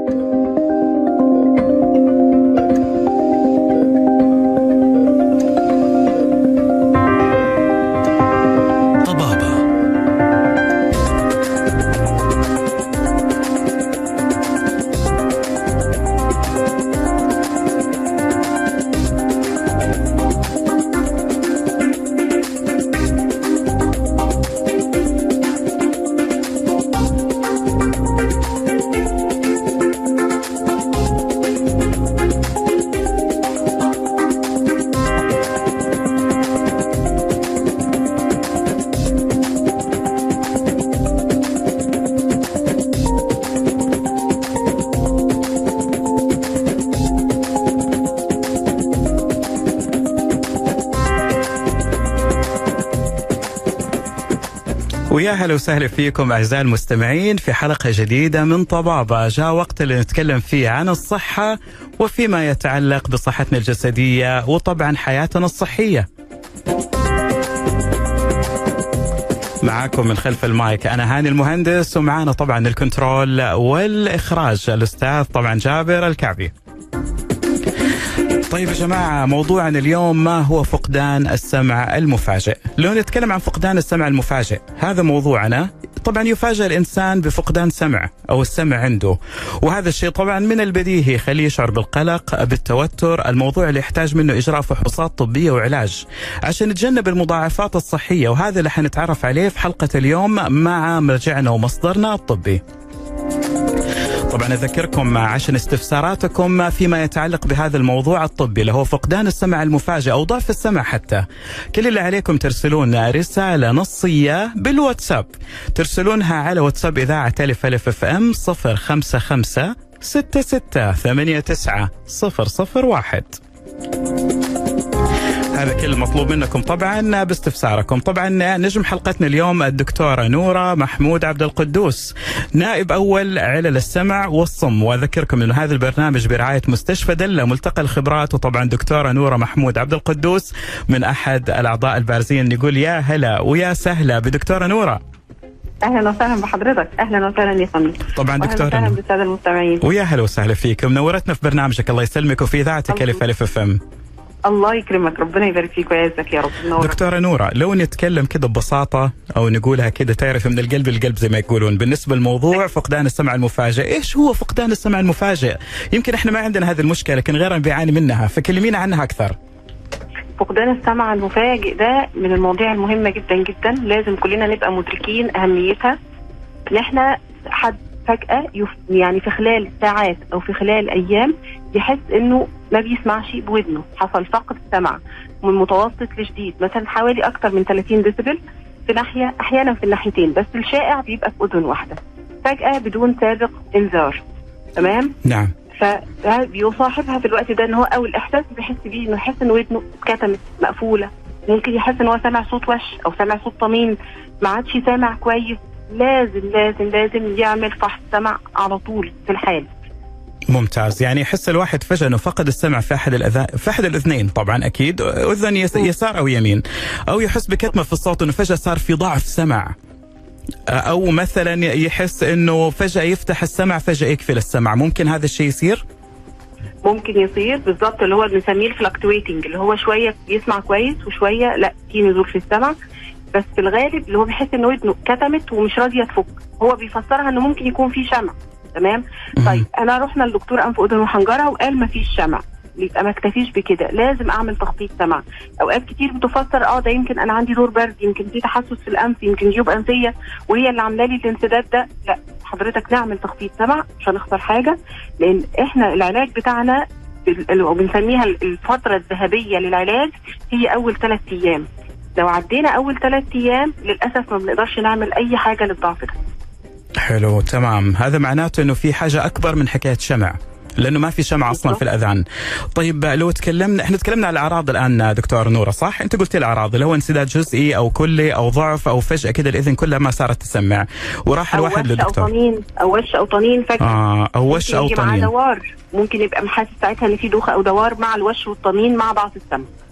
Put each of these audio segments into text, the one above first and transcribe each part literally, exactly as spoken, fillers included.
ويا هلا وسهلا فيكم أعزائي المستمعين في حلقة جديدة من طبابة. جاء وقت اللي نتكلم فيه عن الصحة وفيما يتعلق بصحتنا الجسدية وطبعا حياتنا الصحية. معاكم من خلف المايك أنا هاني المهندس، ومعانا طبعا الكنترول والإخراج الأستاذ طبعا جابر الكعبي. طيب يا جماعة، موضوعنا اليوم ما هو فقدان السمع المفاجئ. لو نتكلم عن فقدان السمع المفاجئ، هذا موضوعنا. طبعا يفاجأ الإنسان بفقدان سمع أو السمع عنده، وهذا الشيء طبعا من البديهي يخليه يشعر بالقلق بالتوتر. الموضوع اللي يحتاج منه إجراء فحوصات طبية وعلاج عشان نتجنب المضاعفات الصحية، وهذا اللي حنتعرف عليه في حلقة اليوم مع مرجعنا ومصدرنا الطبي. طبعا أذكركم عشان استفساراتكم فيما يتعلق بهذا الموضوع الطبي اللي هو فقدان السمع المفاجئ أو ضعف السمع حتى، كل اللي عليكم ترسلون رسالة نصية بالواتساب، ترسلونها على واتساب إذاعة ألف ألف اف ام صفر خمسة خمسة ستة ستة ثمانية تسعة صفر صفر واحد. هذا كل المطلوب منكم طبعا باستفساركم. طبعا نجم حلقتنا اليوم الدكتورة نورة محمود عبد القدوس، نائب أول علل السمع والصم. وأذكركم أن هذا البرنامج برعاية مستشفى دلة ملتقى الخبرات. وطبعا دكتورة نورة محمود عبد القدوس من أحد الأعضاء البارزين. نقول يا هلا ويا سهلا بدكتورة نورة. اهلا وسهلا بحضرتك. اهلا وسهلا يا فندم. طبعا دكتورة اهلا بالساده المستمعين. ويا هلا وسهلا فيكم، نورتنا في برنامجك. الله يسلمك وفي إذاعتك ألف ألف اف ام. الله يكرمك، ربنا يبارك فيك ويعزك يا رب. نورك. دكتورة نورة، لو نتكلم كده ببساطة أو نقولها كده تعرف من القلب للقلب زي ما يقولون، بالنسبة للموضوع فقدان السمع المفاجئ، إيش هو فقدان السمع المفاجئ؟ يمكن إحنا ما عندنا هذه المشكلة لكن غيرنا بيعاني منها، فكلمينا عنها أكثر. فقدان السمع المفاجئ ده من المواضيع المهمة جدا جدا، لازم كلنا نبقى مدركين أهميتها. إن إحنا حد فجأة يف... يعني في خلال ساعات أو في خلال أيام يحس إنه ما بيسمعش بودنه، حصل فقد سمع من متوسط لشديد، مثلا حوالي أكتر من ثلاثين ديسبل في ناحية، أحيانا في الناحيتين، بس الشائع بيبقى في أذن واحدة فجأة بدون سابق إنذار. تمام؟ نعم. فبيصاحبها في الوقت ده إن هو أول إحساس بيحس بيه إنه يحس إن ودنه اتكتمت مقفولة، ممكن يحس إن هو سامع صوت وش أو سامع صوت طمين، ما عادش سامع كويس. لازم لازم لازم يعمل فحص سمع على طول في الحال. ممتاز. يعني يحس الواحد فجأة انه فقد السمع في احد الاذان، في احد الاذنين طبعا اكيد، اذن يسار او يمين، او يحس بكتمة في الصوت انه فجأة صار في ضعف سمع، او مثلا يحس انه فجأة يفتح السمع فجأة يقفل السمع. ممكن هذا الشيء يصير؟ ممكن يصير بالضبط، اللي هو بنسميه الفلكتويتنج، اللي هو شوية يسمع كويس وشوية لا في نزول في السمع. بس في الغالب اللي هو بيحس ان ودنه كتمت ومش راضيه تفك، هو بيفسرها انه ممكن يكون في شمع. تمام. طيب انا رحنا للدكتور انف واذن وحنجره وقال ما فيش شمع، يبقى ما اكتفيش بكده، لازم اعمل تخطيط سمع. اوقات كتير بتفسر اه ده يمكن انا عندي دور برد، يمكن في تحسس في الانف، يمكن جيوب انفيه وهي اللي عامله لي الانسداد ده. لا حضرتك نعمل تخطيط سمع عشان نخسر حاجه، لان احنا العلاج بتاعنا بنسميها الفتره الذهبيه للعلاج هي اول ثلاث ايام. لو عدينا أول ثلاث أيام للأسف ما بنقدرش نعمل أي حاجة للضعف ده. حلو تمام. هذا معناته إنه في حاجة أكبر من حكاية شمع، لأنه ما في شمع أصلا في الأذان. طيب لو تكلمنا، إحنا تكلمنا على الأعراض الآن دكتور نورة صح؟ أنت قلت الأعراض اللي هو انسداد جزئي أو كلي أو ضعف أو فجأة كده الإذن كلها ما صارت تسمع، وراح الواحد للدكتور. أو طنين أو وش أو طنين فجأة. آه أو وش أو طنين. مع دوار، ممكن يبقى محاسس ساعتها إن في دوخة أو دوار مع الوش والطنين مع ضعف السمع.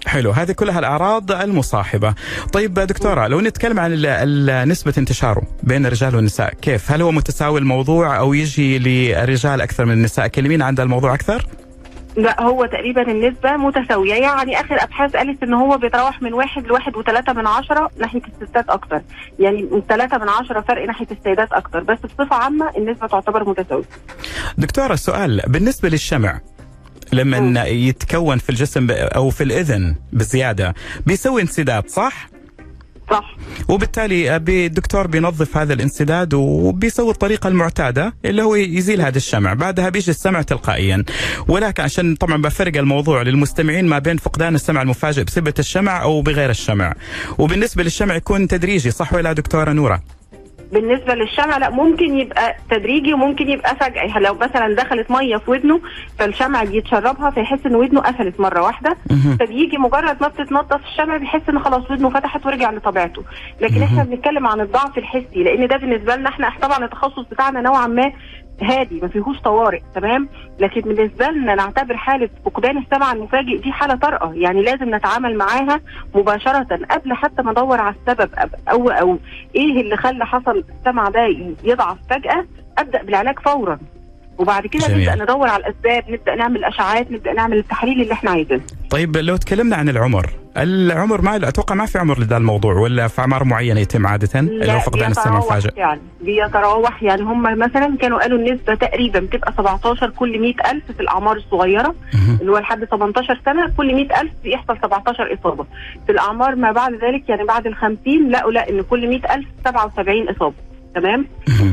حلو، هذه كلها الأعراض المصاحبة. طيب دكتورة، لو نتكلم عن نسبة انتشاره بين الرجال والنساء، كيف؟ هل هو متساوي الموضوع أو يجي للرجال أكثر من النساء؟ كلمين عن الموضوع أكثر. لا، هو تقريبا النسبة متساوية، يعني آخر أبحاث قالت إن هو بيتراوح من واحد لواحد وثلاثة من عشرة ناحية الستات أكتر، يعني من ثلاثة من عشرة فرق ناحية السيدات أكتر، بس بصفة عامة النسبة تعتبر متساوية. دكتورة، السؤال بالنسبة للشمع لما م. يتكون في الجسم أو في الإذن بزيادة بيسوي انسداد، صح؟ صح. وبالتالي الدكتور بينظف هذا الانسداد وبيسوي الطريقة المعتادة اللي هو يزيل هذا الشمع، بعدها بيجي السمع تلقائيا. ولكن عشان طبعا بفرق الموضوع للمستمعين ما بين فقدان السمع المفاجئ بسبب الشمع أو بغير الشمع، وبالنسبة للشمع يكون تدريجي، صح ولا دكتورة نورة؟ بالنسبة للشمع لا، ممكن يبقى تدريجي وممكن يبقى فجأة، لو مثلا دخلت مية في ودنه فالشمع بيتشربها فيحس ان ودنه قفلت مرة واحدة، فبيجي مجرد ما بتتنضف الشمع بيحس ان خلاص ودنه فتحت ورجع لطبيعته. لكن احنا بنتكلم عن الضعف الحسي، لان ده بالنسبة لنا احنا طبعا التخصص بتاعنا نوعا ما هادي ما فيهوش طوارئ، تمام، لكن بالنسبه لنا نعتبر حاله فقدان السمع المفاجئ دي حاله طارئه، يعني لازم نتعامل معاها مباشره قبل حتى ما ندور على السبب او او ايه اللي خلى حصل السمع ده يضعف فجاه. ابدا بالعلاج فورا، وبعد كده نبدا ندور على الاسباب، نبدا نعمل اشعاعات، نبدا نعمل التحاليل اللي احنا عايزينه. طيب لو تكلمنا عن العمر، العمر ما اتوقع ما في عمر لهذا الموضوع، ولا في اعمار معينه يتم عاده اللي هو فقدان السمع المفاجئ؟ يعني بيتراوح، يعني هم مثلا كانوا قالوا النسبه تقريبا بتبقى سبعتاشر كل مئة ألف في الاعمار الصغيره اللي هو لحد ثمانية عشر سنه، كل مئة ألف بيحصل سبعتاشر اصابه. في الاعمار ما بعد ذلك يعني بعد الخمسين لقوا لا ان كل مئة ألف سبعة وسبعين اصابه، تمام.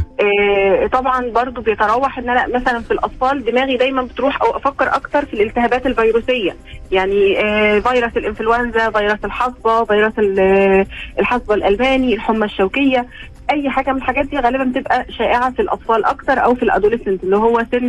آه طبعا برضو بيتراوح ان انا مثلا في الاطفال دماغي دايما بتروح او افكر اكتر في الالتهابات الفيروسيه، يعني آه فيروس الانفلونزا، فيروس الحصبه، فيروس الحصبه الالماني، الحمى الشوكيه، اي حاجه من الحاجات دي غالبا بتبقى شائعه في الاطفال اكتر او في الادوليسنت اللي هو سن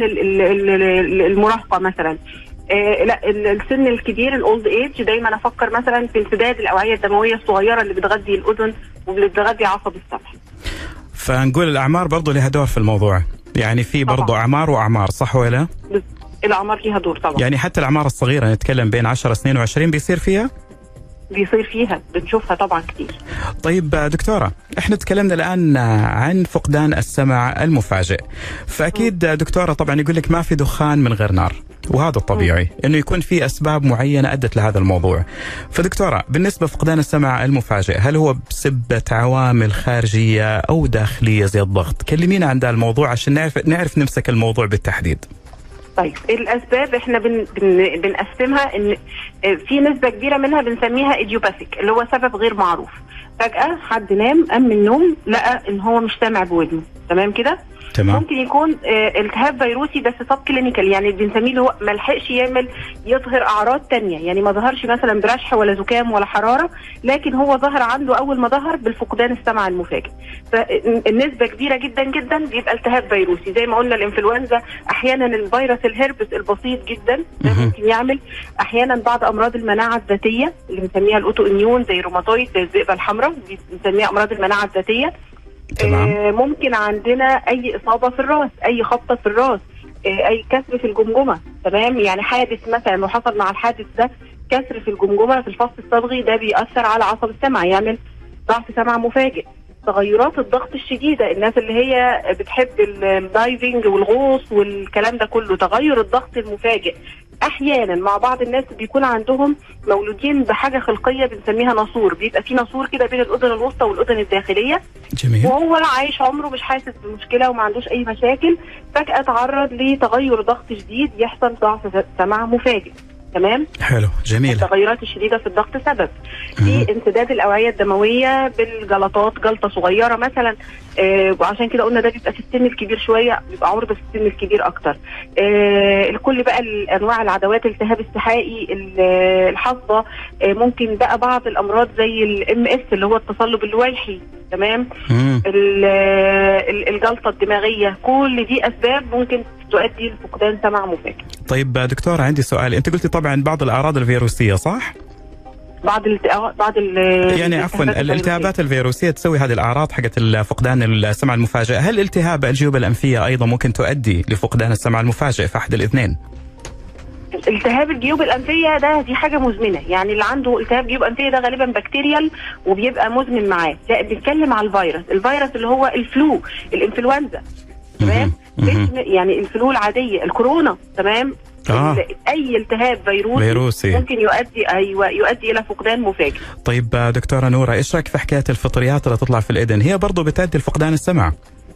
المراهقه مثلا. آه لا السن الكبير الاولد ايج دايما افكر مثلا في انسداد الاوعيه الدمويه الصغيره اللي بتغذي الاذن واللي بتغذي عصب السمع. فنقول الأعمار برضو لها دور في الموضوع، يعني في برضو طبعا. أعمار وأعمار، صح ولا؟ الأعمار لها دور طبعا، يعني حتى الأعمار الصغيرة نتكلم بين عشر سنين وعشرين بيصير فيها؟ بيصير فيها، بنشوفها طبعا كتير. طيب دكتورة، احنا تكلمنا الآن عن فقدان السمع المفاجئ، فأكيد دكتورة طبعا يقول لك ما في دخان من غير نار، وهذا الطبيعي انه يكون في اسباب معينه ادت لهذا الموضوع. فدكتوره، بالنسبه لفقدان السمع المفاجئ، هل هو بسبب عوامل خارجيه او داخليه زي الضغط؟ كلمينا عن ذا الموضوع عشان نعرف نعرف نمسك الموضوع بالتحديد. طيب الاسباب احنا بن بن بنقسمها ان في نسبه كبيره منها بنسميها ايديوباثيك اللي هو سبب غير معروف. فجاه حد نام قام من النوم لقى ان هو مش سامع بودنه، تمام كده؟ تمام. ممكن يكون اه التهاب فيروسي بس سب كلينيكال، يعني بنسميه اللي هو ما لحقش يعمل يظهر اعراض تانية، يعني ما ظهرش مثلا برشح ولا زكام ولا حراره، لكن هو ظهر عنده اول ما ظهر بالفقدان السمع المفاجئ. فالنسبه كبيره جدا جدا بيبقى التهاب فيروسي، زي ما قلنا الانفلونزا، احيانا الفيروس الهربس البسيط جدا ده ممكن يعمل، احيانا بعض امراض المناعه الذاتيه اللي بنسميها الاوتو اميون زي الروماتويد زي الذئبه الحمراء دي بنسميها امراض المناعه الذاتيه. آه ممكن عندنا اي اصابه في الراس، اي خبطه في الراس، آه اي كسر في الجمجمه، تمام، يعني حادث مثلا وحصل مع الحادث ده كسر في الجمجمه في الفص الصدغي، ده بيأثر على عصب السمع يعمل ضعف سمع مفاجئ. تغيرات الضغط الشديده، الناس اللي هي بتحب الدايفنج والغوص والكلام ده كله، تغير الضغط المفاجئ. احيانا مع بعض الناس بيكون عندهم مولودين بحاجه خلقيه بنسميها ناسور، بيبقى في ناسور كده بين الاذن الوسطى والاذن الداخليه. جميل. وهو عايش عمره مش حاسس بمشكله وما عندوش اي مشاكل، فجاه تعرض لتغير ضغط شديد يحصل ضعف سمع مفاجئ، تمام. حلو، جميل. التغيرات الشديده في الضغط سبب في انسداد الاوعيه الدمويه بالجلطات، جلطه صغيره مثلا، آه وعشان كده قلنا ده بيبقى في السن الكبير شويه، بيبقى عرضه في السن الكبير اكتر. آه الكل بقى انواع العدوات، التهاب السحائي، الحصبه، آه ممكن بقى بعض الامراض زي الام اس اللي هو التصلب اللويحي، تمام. الجلطه الدماغيه، كل دي اسباب ممكن تؤدي لفقدان سمع مفاجئ. طيب دكتورة، عندي سؤال، انت قلتي طبعا بعض الاعراض الفيروسيه، صح؟ بعض ال بعض ال يعني عفوا الالتهابات الفيروسيه تسوي هذه الاعراض حقت فقدان السمع المفاجئ، هل التهاب الجيوب الانفيه ايضا ممكن تؤدي لفقدان السمع المفاجئ في احد الاثنين؟ التهاب الجيوب الانفيه ده دي حاجه مزمنه، يعني اللي عنده التهاب جيوب انفيه ده غالبا بكتيريال وبيبقى مزمن معاه. لا بنتكلم على الفيروس، الفيروس اللي هو الفلو، الانفلونزا، تمام؟ يعني الفلو العاديه، الكورونا، تمام؟ آه. اي التهاب فيروسي, فيروسي ممكن يؤدي ايوه يؤدي الى فقدان مفاجئ. طيب دكتوره نوره، ايش رايك في حكايه الفطريات اللي تطلع في الاذن؟ هي برضه بتؤدي لفقدان السمع؟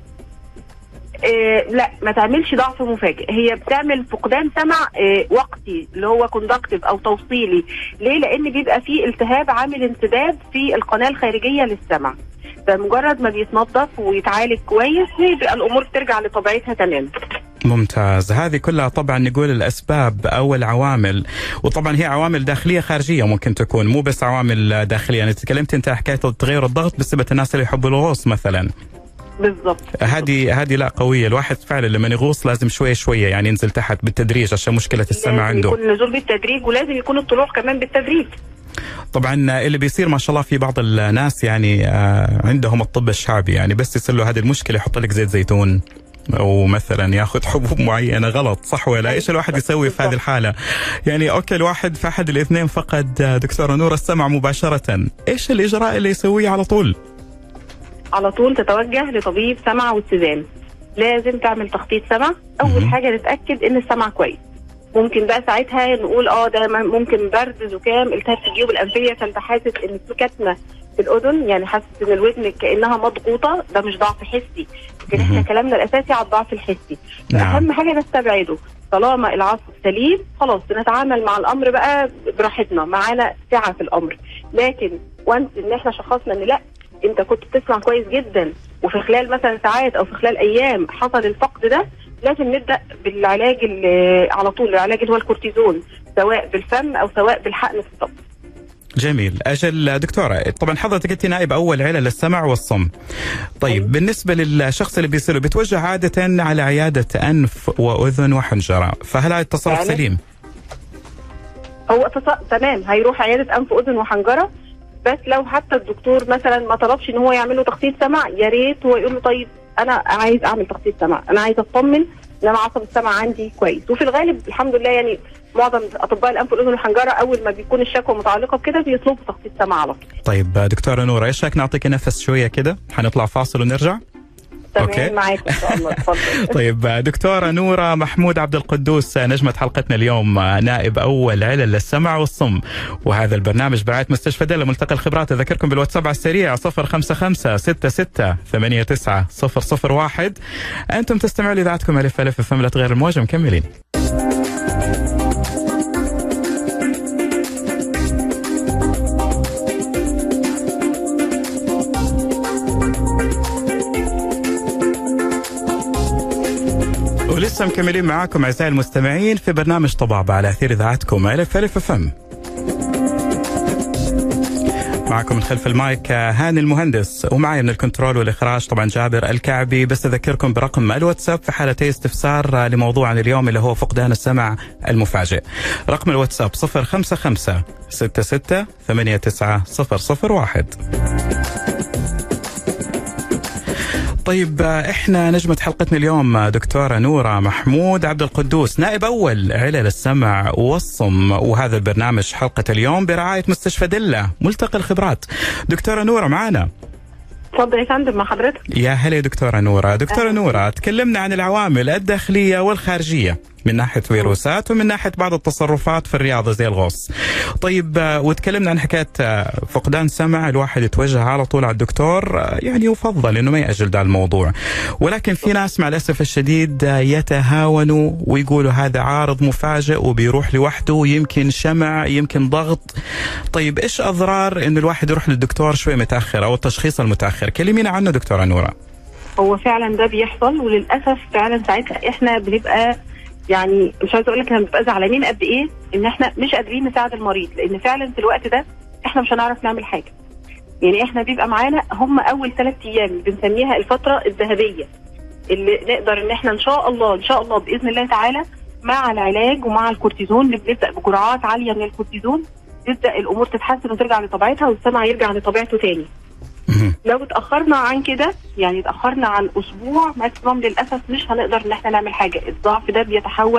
إيه لا، ما تعملش ضعف مفاجئ، هي بتعمل فقدان سمع إيه وقتي اللي هو كوندكتيف او توصيلي. ليه؟ لان بيبقى فيه التهاب عامل انسداد في القناه الخارجيه للسمع، فمجرد ما بيتنظف ويتعالج كويس بيبقى الامور بترجع لطبيعتها تمام. ممتاز. هذه كلها طبعا نقول الأسباب أو العوامل، وطبعا هي عوامل داخلية خارجية ممكن تكون، مو بس عوامل داخلية. يعني تكلمت أنت حكاية تغير الضغط بسبب الناس اللي يحبوا الغوص مثلا. بالضبط. هذه هذه لا قوية، الواحد فعلا لما يغوص لازم شوية شوية يعني ينزل تحت بالتدريج عشان مشكلة السمع عنده. لازم يكون النزول بالتدريج ولازم يكون الطلوع كمان بالتدريج. طبعا اللي بيصير ما شاء الله في بعض الناس يعني عندهم الطب الشعبي، يعني بس يصير له هذه المشكلة يحط لك زيت زيتون او مثلا ياخذ حبوب معينه غلط، صح ولا؟ ايش الواحد يسوي في هذه الحاله؟ يعني اوكي الواحد في احد الاثنين فقد دكتوره نوره السمع مباشره، ايش الاجراء اللي يسويه على طول؟ على طول تتوجه لطبيب سمع واتزان، لازم تعمل تخطيط سمع. اول م- حاجه نتاكد ان السمع كويس. ممكن بقى ساعتها نقول اه ده ممكن برد، زكام، التهاب في الجيوب الانفيه، فانت حاسس ان في كتمه في الاذن، يعني حاسس ان الودن كانها مضغوطه، ده مش ضعف حسي، لكن احنا كلامنا الاساسي على الضعف الحسي. نعم. اهم حاجه نستبعده، طالما العصب سليم خلاص نتعامل مع الامر بقى براحتنا، معانا سعه في الامر. لكن وانس ان احنا شخصنا ان لا انت كنت بتسمع كويس جدا وفي خلال مثلا ساعات او في خلال ايام حصل الفقد ده، لازم نبدا بالعلاج على طول، العلاج اللي هو الكورتيزون، سواء بالفم او سواء بالحقن في الطب. جميل. أجل دكتورة، طبعا حضرتك قلتي نائب أول علل السمع والصم. طيب أيوة. بالنسبة للشخص اللي بيصيره بيتوجه عادة على عيادة أنف وأذن وحنجرة، فهل هذا التصرف يعني سليم؟ هو تص... تمام، هيروح عيادة أنف وأذن وحنجرة، بس لو حتى الدكتور مثلا ما طلبش إن هو يعمل له تخطيط سمع، يا ريت هو يقول له طيب أنا عايز أعمل تخطيط سمع، أنا عايز أطمن ان انا عصب السمع عندي كويس. وفي الغالب الحمد لله يعني معظم اطباء الانف والاذن والحنجره اول ما بيكون الشكوى متعلقه بكده بيطلبوا تخطيط سمع على طول. طيب دكتوره نوره، ايش رايك نعطيك نفس شويه كده؟ حنطلع فاصل ونرجع. تمام معاك ان شاء الله، اتفضل. طيب دكتوره نوره محمود عبد القدوس، نجمه حلقتنا اليوم، نائب اول علل السمع والصم، وهذا البرنامج برعايه مستشفى دلة ملتقى الخبرات. اذكركم بالواتساب على السريع صفر خمسة خمسة ستة ستة ثمانية تسعة صفر صفر واحد. انتم تستمعوا لاذاعتكم الف الف اف ام، لا تغير الموجه، مكملين. ولسه مكملين معاكم اعزائي المستمعين في برنامج طبابة على اثير اذاعتكم الف الف اف ام. معكم من خلف المايك هاني المهندس، ومعي من الكنترول والاخراج طبعا جابر الكعبي. بس اذكركم برقم الواتساب في حالة اي استفسار لموضوعنا اليوم اللي هو فقدان السمع المفاجئ. رقم الواتساب صفر خمسة خمسة ستة ستة ثمانية تسعة صفر صفر واحد. طيب احنا نجمة حلقتنا اليوم دكتورة نورة محمود عبد القدوس، نائب اول علل السمع والصم، وهذا البرنامج حلقة اليوم برعاية مستشفى دلة ملتقى الخبرات. دكتورة نورة معانا. اتفضل يا فندم مع حضرتك. يا هلا يا دكتورة نورة. دكتورة نورة، تكلمنا عن العوامل الداخلية والخارجية من ناحية فيروسات ومن ناحية بعض التصرفات في الرياضة زي الغوص. طيب وتكلمنا عن حكاية فقدان سمع، الواحد يتوجه على طول على الدكتور، يعني يفضل انه ما يأجل ده الموضوع، ولكن في ناس مع الأسف الشديد يتهاونوا ويقولوا هذا عارض مفاجئ وبيروح لوحده، يمكن شمع يمكن ضغط. طيب ايش اضرار انه الواحد يروح للدكتور شوي متأخر او التشخيص المتأخر؟ كلمينا عنه دكتورة نورة. هو فعلا ده بيحصل، وللأسف فعلا ساعتها احنا بنبقى يعني مش عايزه اقول لك احنا بنبقى زعلانين قد ايه ان احنا مش قادرين نساعد المريض، لان فعلا في الوقت ده احنا مش هنعرف نعمل حاجه. يعني احنا بيبقى معانا هم اول ثلاث ايام بنسميها الفتره الذهبيه، اللي نقدر ان احنا ان شاء الله ان شاء الله باذن الله تعالى مع العلاج ومع الكورتيزون، اللي بنبدا بجرعات عاليه من الكورتيزون تبدا الامور تتحسن وترجع لطبيعتها والسمع يرجع لطبيعته تاني. لو اتاخرنا عن كده، يعني اتاخرنا عن اسبوع ماكسيموم، للاسف مش هنقدر ان احنا نعمل حاجه. الضعف ده بيتحول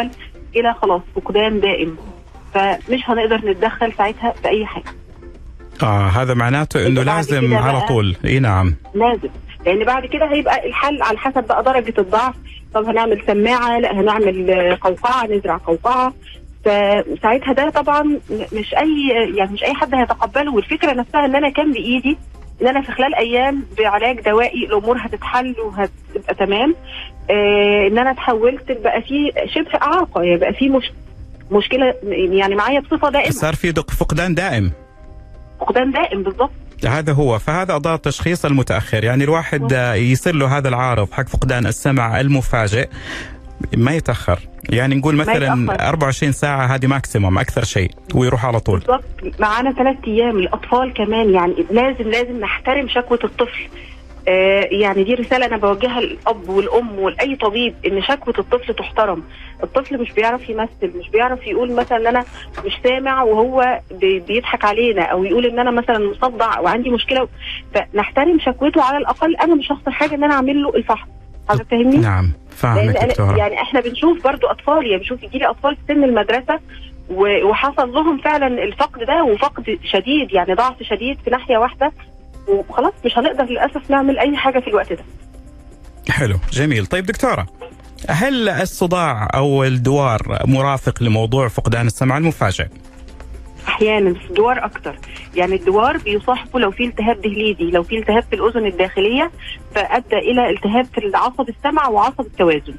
الى خلاص فقدان دائم، فمش هنقدر نتدخل ساعتها في اي حاجه. اه هذا معناته انه لازم على طول. اي نعم لازم، لان بعد كده هيبقى الحل على حسب بقى درجه الضعف. طب هنعمل سماعه، لا هنعمل قوقعه، نزرع قوقعه. فساعتها ده طبعا مش اي يعني مش اي حد هيتقبله. والفكره نفسها ان انا كان بايدي ان انا في خلال ايام بعلاج دوائي الامور هتتحل وهتبقى تمام. آه ان انا اتحولت بقى في شبه اعاقه، يعني بقى في مش مشكله يعني معايا بصفه دائمه، صار في فقدان دائم. فقدان دائم بالضبط. هذا هو، فهذا أضاء التشخيص المتأخر. يعني الواحد يصير له هذا العارض حق فقدان السمع المفاجئ ما يتأخر، يعني نقول مثلا أربعة وعشرين ساعة هذه ماكسيموم أكثر شيء، ويروح على طول. بالضبط، معانا ثلاث أيام. الأطفال كمان يعني لازم لازم نحترم شكوى الطفل. آه يعني دي رسالة أنا بوجهها للأب والأم ولأي طبيب، إن شكوى الطفل تحترم. الطفل مش بيعرف يمثل، مش بيعرف يقول مثلا إن أنا مش سامع وهو بيضحك علينا، أو يقول إن أنا مثلا مصدع أو عندي مشكلة. فنحترم شكوته على الأقل. أنا مش هخسر حاجة إن أنا أعمل له الفحص. هذا فاهمني؟ نعم فاهمك دكتورة. يعني إحنا بنشوف برضو أطفال، يعني بنشوف يجي لي أطفال في سن المدرسة وحصل لهم فعلا الفقد ده، وفقد شديد يعني ضعف شديد في ناحية واحدة، وخلاص مش هنقدر للأسف نعمل أي حاجة في الوقت ده. حلو جميل. طيب دكتورة، هل الصداع أو الدوار مرافق لموضوع فقدان السمع المفاجئ؟ أحيانا، بس الدوار أكتر. يعني الدوار بيصاحبه لو في التهاب دهليزي، لو في التهاب في الأذن الداخلية فأدى إلى التهاب في عصب السمع وعصب التوازن.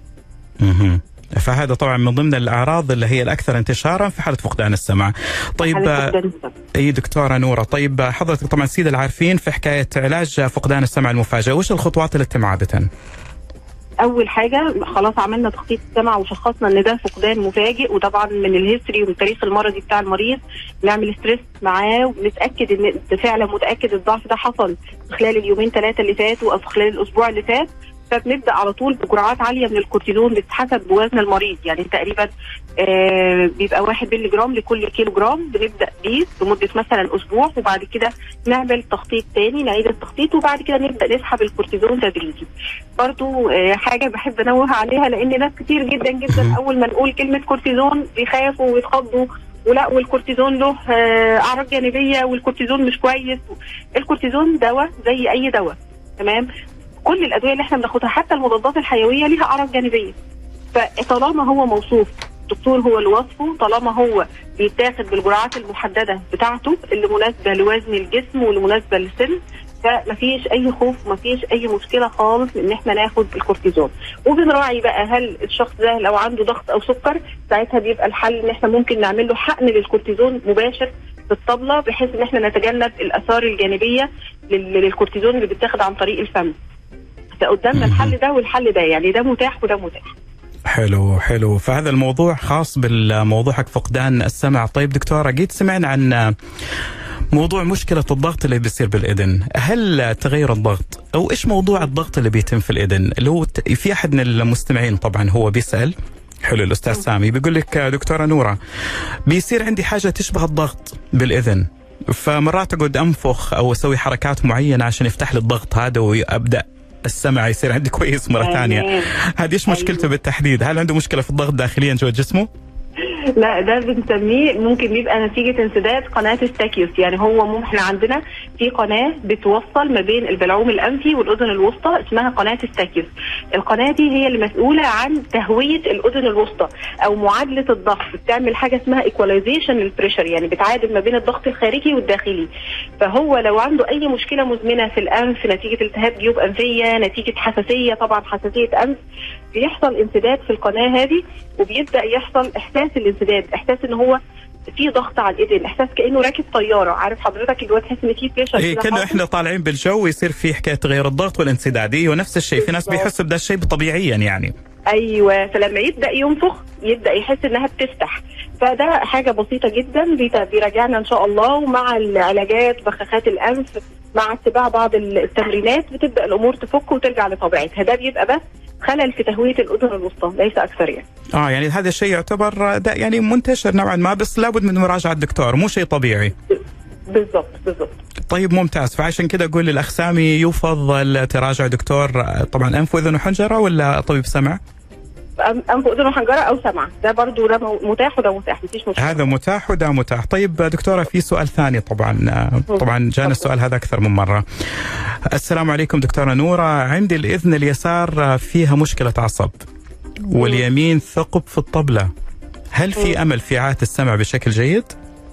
اها فهذا طبعا من ضمن الأعراض اللي هي الأكثر انتشارا في حالة فقدان السمع. طيب أي دكتورة نورة، طيب حضرتك طبعا السيدة العارفين في حكاية علاج فقدان السمع المفاجئ، وش الخطوات اللي تتم عادة؟ أول حاجة خلاص عملنا تخطيط السمع وشخصنا إن ده فقدان مفاجئ، وطبعا من الهيستوري والتاريخ المرضي بتاع المريض نعمل ستريس معاه ونتأكد إن فعلا متأكد الضعف ده حصل خلال اليومين ثلاثة اللي فاتوا أو في خلال الأسبوع اللي فات. فبنبدا على طول بجرعات عاليه من الكورتيزون بتتحسب بوزن المريض. يعني تقريبا آه بيبقى واحد مللي جرام لكل كيلو جرام، بنبدا بيه لمده مثلا اسبوع، وبعد كده نعمل تخطيط تاني، نعيد التخطيط، وبعد كده نبدا نسحب الكورتيزون تدريجي. برضو آه حاجه بحب انوه عليها، لان ناس كتير جدا جدا اول ما نقول كلمه كورتيزون بيخافوا ويتخضوا، ولا والكورتيزون له آه اعراض جانبيه والكورتيزون مش كويس. الكورتيزون دواء زي اي دواء، تمام؟ كل الادويه اللي احنا بناخدها حتى المضادات الحيويه ليها اعراض جانبيه. فطالما هو موصوف، الدكتور هو اللي وصفه، طالما هو بيتاخد بالجرعات المحدده بتاعته اللي مناسبه لوزن الجسم واللي مناسبه للسن، فمفيش اي خوف ومفيش اي مشكله خالص ان احنا ناخد الكورتيزون. وبنراعي بقى هل الشخص ده لو عنده ضغط او سكر، ساعتها بيبقى الحل ان احنا ممكن نعمل له حقن للكورتيزون مباشر في الطبله، بحيث ان احنا نتجنب الاثار الجانبيه للكورتيزون اللي بيتاخد عن طريق الفم. فقدامنا الحل ده والحل ده، يعني ده متاح وده متاح. حلو حلو. فهذا الموضوع خاص بالموضوع حق فقدان السمع. طيب دكتورة، قد سمعنا عن موضوع مشكلة الضغط اللي بيصير بالإذن. هل تغير الضغط أو إيش موضوع الضغط اللي بيتم في الإذن؟ اللي هو في أحد من المستمعين طبعا هو بيسأل، حلو الأستاذ سامي بيقول لك دكتورة نورة، بيصير عندي حاجة تشبه الضغط بالإذن، فمرات أقعد أنفخ أو أسوي حركات معينة عشان يفتح لي الضغط هذا وأبدأ السمع يصير عندي كويس مرة ثانية. هذه إيش مشكلته بالتحديد؟ هل عنده مشكلة في الضغط داخليا جوا جسمه؟ لا، ده بنسميه ممكن يبقى نتيجة انسداد قناة الستاكيوس. يعني هو مو احنا عندنا في قناة بتوصل ما بين البلعوم الأنفي والأذن الوسطى اسمها قناة الستاكيوس. القناة دي هي اللي مسؤولة عن تهوية الأذن الوسطى أو معادلة الضغط، بتعمل حاجة اسمها ايكواليزيشن للبريشر، يعني بتعادل ما بين الضغط الخارجي والداخلي. فهو لو عنده أي مشكلة مزمنة في الأنف نتيجة التهاب جيوب أنفية، نتيجة حساسية، طبعا حساسية أنف، بيحصل انسداد في القناة هذه، وبيبدأ يحصل إحساس الانسداد، إحساس إن هو في ضغط على الإذن، إحساس كأنه راكب طيارة. عارف حضرتك اللي هو تحس إن في بريشر. إيه كأنه إحنا طالعين بالجو ويصير في حكاية تغير الضغط والانسداد. إيه ونفس الشيء في ناس بيحسوا بده الشيء طبيعيا يعني. ايوه، فلما يبدا ينفخ يبدا يحس انها بتفتح. فده حاجه بسيطه جدا بيراجعنا ان شاء الله، ومع العلاجات بخاخات الانف مع اتباع بعض التمرينات بتبدا الامور تفك وترجع لطبيعتها. ده بيبقى بس خلل في تهويه الاذن الوسطى ليس اكثر يعني. اه يعني هذا الشيء يعتبر ده يعني منتشر نوعا ما، بس لابد من مراجعه الدكتور، مو شيء طبيعي. بالضبط بالضبط. طيب ممتاز. فعشان كده اقول للاخ سامي يفضل تراجع دكتور طبعا انف واذن وحنجره ولا طبيب سمع؟ انف واذن وحنجره او سمع، ده برضو ده متاح وده متاح، مفيش مشكله. هذا متاح وده متاح. طيب دكتوره في سؤال ثاني، طبعا طبعا جانا السؤال هذا اكثر من مره. السلام عليكم دكتوره نوره، عندي الاذن اليسار فيها مشكله عصب واليمين ثقب في الطبله، هل في امل في اعاده السمع بشكل جيد؟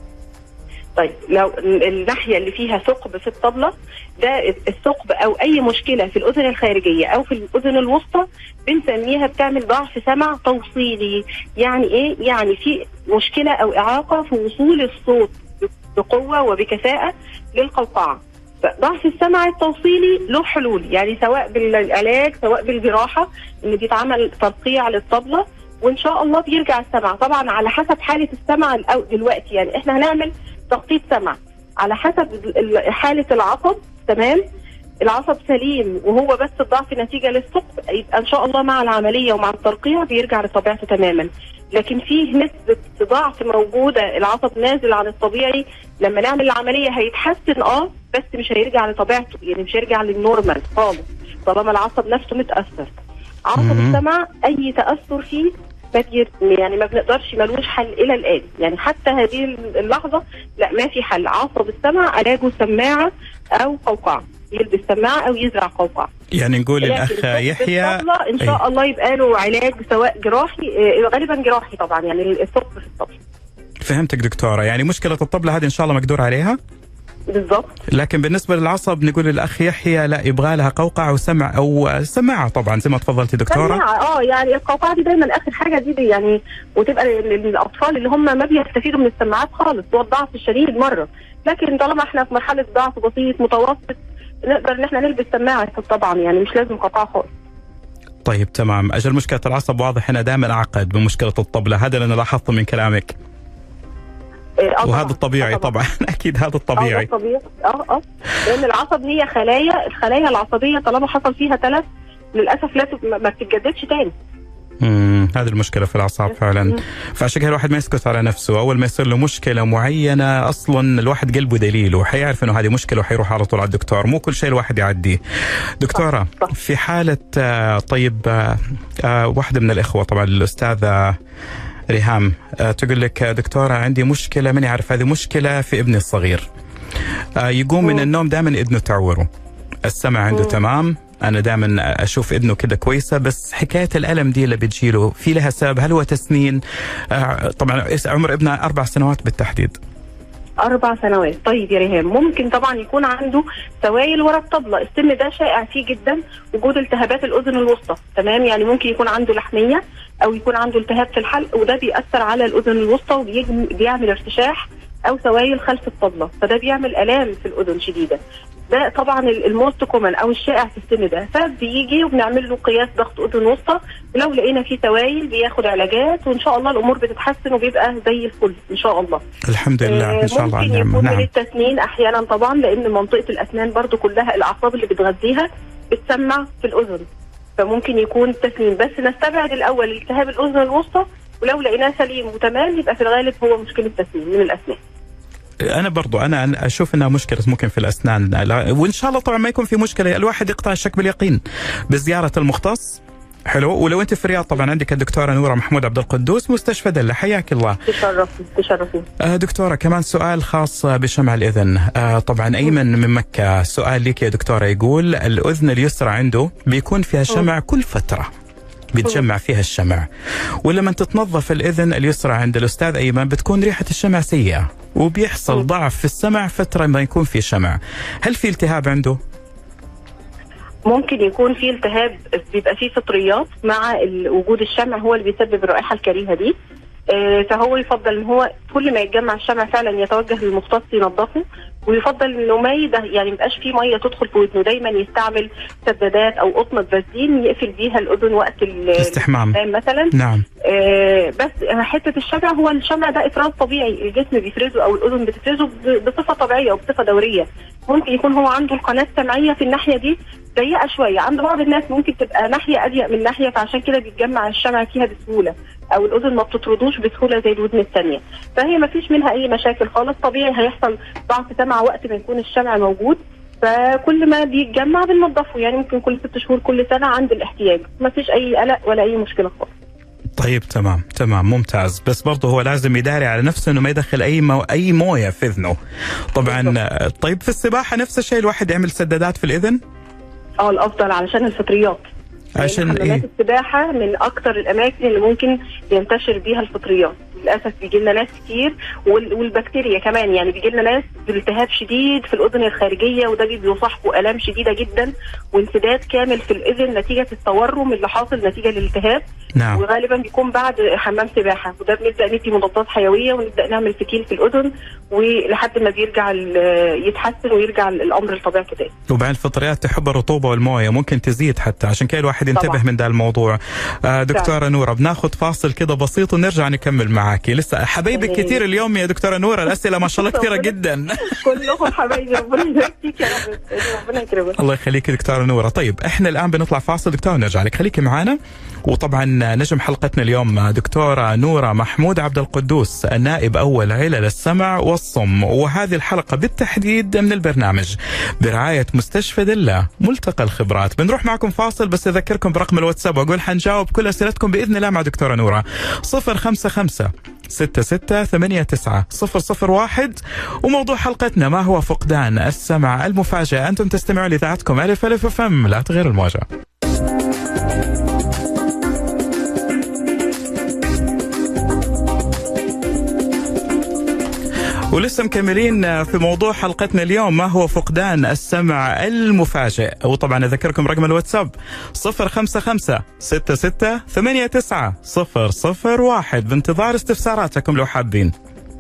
طيب لو الناحيه اللي فيها ثقب في الطبله، ده الثقب او اي مشكله في الاذن الخارجيه او في الاذن الوسطى بنسميها بتعمل ضعف سمع توصيلي. يعني ايه؟ يعني في مشكله او اعاقه في وصول الصوت بقوه وبكفاءه للقوقعه. ضعف السمع التوصيلي له حلول، يعني سواء بالعلاج سواء بالجراحه، ان بيتعمل ترقيع للطبله وان شاء الله بيرجع السمع. طبعا على حسب حاله السمع دلوقتي، يعني احنا هنعمل تخطيط سمع على حسب حاله العصب. تمام، العصب سليم وهو بس الضعف نتيجه للثقب، يبقى ان شاء الله مع العمليه ومع الترقيع بيرجع لطبيعته تماما. لكن فيه نسبه ضعف موجوده، العصب نازل عن الطبيعي، لما نعمل العمليه هيتحسن اه بس مش هيرجع لطبيعته، يعني مش هيرجع للنورمال خالص طالما العصب نفسه متاثر. عصب السمع اي تاثر فيه ما يعني ما بنقدرش، ملوش حل الى الان، يعني حتى هذه اللحظه لا ما في حل. عصب السمع علاجه سماعه او قوقعه، يلبس سماعه او يزرع قوقعه. يعني نقول الاخ يحيى ان شاء الله يبقى له علاج سواء جراحي، غالبا جراحي طبعا، يعني الثقب في الطبله. فهمتك دكتوره، يعني مشكله الطبله هذه ان شاء الله مقدور عليها بالضبط. لكن بالنسبه للعصب نقول للاخ يحيى لا، يبغى لها قوقعه وسمع او سماعه طبعا زي ما تفضلتي دكتوره. اه يعني القوقعه دي دايما اخر حاجه دي يعني، وتبقى للاطفال اللي هم ما بيستفيدوا من السماعات خالص، هو الضعف الشديد مره. لكن طالما احنا في مرحله ضعف بسيط متوسط نقدر ان احنا نلبس سماعه طبعا، يعني مش لازم قوقعه خالص. طيب تمام. اجل مشكله العصب واضح انها دائما اعقد من مشكله الطبله، هذا اللي انا لاحظته من كلامك. وهذا الطبيعي طبعا. اكيد هذا الطبيعي. اه طبيعي اه اه لان العصب هي خلايا، الخلايا العصبيه طالما حصل فيها تلف للاسف لا ما بتتجددش تاني. امم هذه المشكله في الاعصاب فعلا. فعشان كذا الواحد ما يسكت على نفسه، اول ما يصير له مشكله معينه اصلا الواحد قلبه دليل وحيعرف انه هذه مشكله وحيروح على طول على الدكتور، مو كل شيء الواحد يعديه. دكتوره صح صح. في حاله طيب واحده من الاخوه طبعا الاستاذه ريهام تقول لك دكتورة عندي مشكلة ماني عارف، هذه مشكلة في ابني الصغير، يقوم من النوم دائما اذنه تعوره، السمع عنده تمام، أنا دائما أشوف إذنه كده كويسة، بس حكاية الألم دي اللي بتجيله في لها سبب؟ هل هو تسنين؟ طبعا عمر ابنه أربع سنوات بالتحديد. أربع سنوات. طيب يا ريهام، ممكن طبعا يكون عنده سوائل ورا الطبلة، السن ده شائع فيه جدا وجود التهابات الأذن الوسطى. تمام، يعني ممكن يكون عنده لحمية أو يكون عنده التهاب في الحلق، وده بيأثر على الأذن الوسطى وبيعمل ارتشاح أو سوائل خلف الطبلة، فده بيعمل آلام في الأذن شديدة. ده طبعا الموست كومن او الشائع في السن ده، فبيجي وبنعمل له قياس ضغط اذن وسطى، ولو لقينا فيه سوائل بياخد علاجات وان شاء الله الامور بتتحسن وبيبقى زي الفل ان شاء الله. الحمد لله. ان شاء الله. ممكن يكون من التسنين احيانا طبعا، لان منطقه الاسنان برضو كلها الاعصاب اللي بتغذيها بتسمع في الاذن، فممكن يكون تسنين، بس نستبعد الاول التهاب الاذن الوسطى، ولو لقيناه سليم وتمام يبقى في الغالب هو مشكله تسنين من الاسنان. أنا برضو أنا أشوف أنها مشكلة ممكن في الأسنان، وإن شاء الله طبعا ما يكون في مشكلة، الواحد يقطع الشك باليقين بزيارة المختص. حلو. ولو أنت في الرياض طبعا عندك الدكتورة نورة محمود عبد القدوس مستشفى دلة، حياك الله. تشرفي تشرفي. آه دكتورة كمان سؤال خاص بشمع الإذن. آه طبعا أيمن من مكة، سؤال لك يا دكتورة، يقول الأذن اليسرى عنده بيكون فيها شمع كل فترة، بيتجمع فيها الشمع، ولما تتنظف الإذن اليسرى عند الأستاذ أيمن بتكون ريحة الشمع سيئة، وبيحصل ضعف في السمع فترة ما يكون في شمع. هل في التهاب عنده؟ ممكن يكون في التهاب، بيبقى فيه فطريات مع وجود الشمع هو اللي بيسبب الرائحة الكريهة دي، فهو يفضل ان هو كل ما يتجمع الشمع فعلا يتوجه للمختص ينظفه، ويفضل انه ما يده يعني مبقاش فيه ميه تدخل في ودنه، دايما يستعمل سدادات او قطنه بازين يقفل بيها الاذن وقت الاستحمام مثلا. نعم. آه بس حته الشمع، هو الشمع ده افراز طبيعي الجسم بيفرزه او الاذن بتفرزه بصفه طبيعيه وبصفه دوريه. ممكن يكون هو عنده القناه السمعيه في الناحيه دي ضيقه شويه، عند بعض الناس ممكن تبقى ناحيه اضيق من ناحيه، فعشان كده بيتجمع الشمع فيها بسهوله، او الاذن ما بتطردوش بسهوله زي الودن الثانيه، فهي ما فيش منها اي مشاكل خالص، طبيعي هيحصل ضعف سمع وقت ما يكون الشمع موجود، فكل ما بيتجمع بننضفه، يعني ممكن كل ست شهور كل سنه عند الاحتياج، ما فيش اي قلق ولا اي مشكله خالص. طيب تمام تمام ممتاز، بس برضه هو لازم يداري على نفسه انه ما يدخل اي مو... اي مويه في اذنه طبعا. طيب في السباحه نفس الشيء الواحد يعمل سدادات في الاذن؟ اه الافضل علشان الفطريات، عشان حمامات إيه؟ السباحه من اكتر الاماكن اللي ممكن ينتشر بيها الفطريات. للاسف بيجي لنا ناس كتير وال... والبكتيريا كمان، يعني بيجي لنا ناس بالتهاب شديد في الاذن الخارجيه، وده بيصاحبه الام شديده جدا وانسداد كامل في الاذن نتيجه التورم اللي حاصل نتيجه للالتهاب. نعم. وغالبا بيكون بعد حمام سباحه، وده بنبدا ندي مضادات حيويه ونبدا نعمل فتيل في الاذن ولحد ما بيرجع يتحسن ويرجع الامر لطبيعته تاني. وبعدين الفطريات تحب الرطوبه والمويه، ممكن تزيد حتى، عشان كده الواحد ينتبه طبعا من ده الموضوع. آه دكتوره نوره، بناخذ فاصل كده بسيط ونرجع نكمل معاكي. لسه حبايبك كثير اليوم يا دكتوره نوره، الاسئله ما شاء الله كثيره جدا. كلكم حبايبي، ربنا يبارك يا رب، ربنا يكرمك. الله يخليك دكتوره نوره. طيب احنا الان بنطلع فاصل دكتوره ونرجع لك، خليكي معانا. وطبعا نجم حلقتنا اليوم دكتوره نوره محمود عبد القدوس، نائب اول علل السمع والصم، وهذه الحلقه بالتحديد من البرنامج برعايه مستشفى دلة ملتقى الخبرات. بنروح معكم فاصل، بس اذكركم برقم الواتساب واقول حنجاوب كل اسئلتكم باذن الله مع دكتوره نوره. صفر خمسة خمسة ستة ستة ثمانية تسعة صفر صفر واحد. وموضوع حلقتنا ما هو فقدان السمع المفاجئ. انتم تستمعوا لإذاعتكم ألف ألف اف ام، لا تغير الموجة. ولسه مكملين في موضوع حلقتنا اليوم، ما هو فقدان السمع المفاجئ. وطبعا اذكركم رقم الواتساب صفر خمسة خمسة ستة ستة ثمانية تسعة صفر صفر واحد، بانتظار استفساراتكم لو حابين.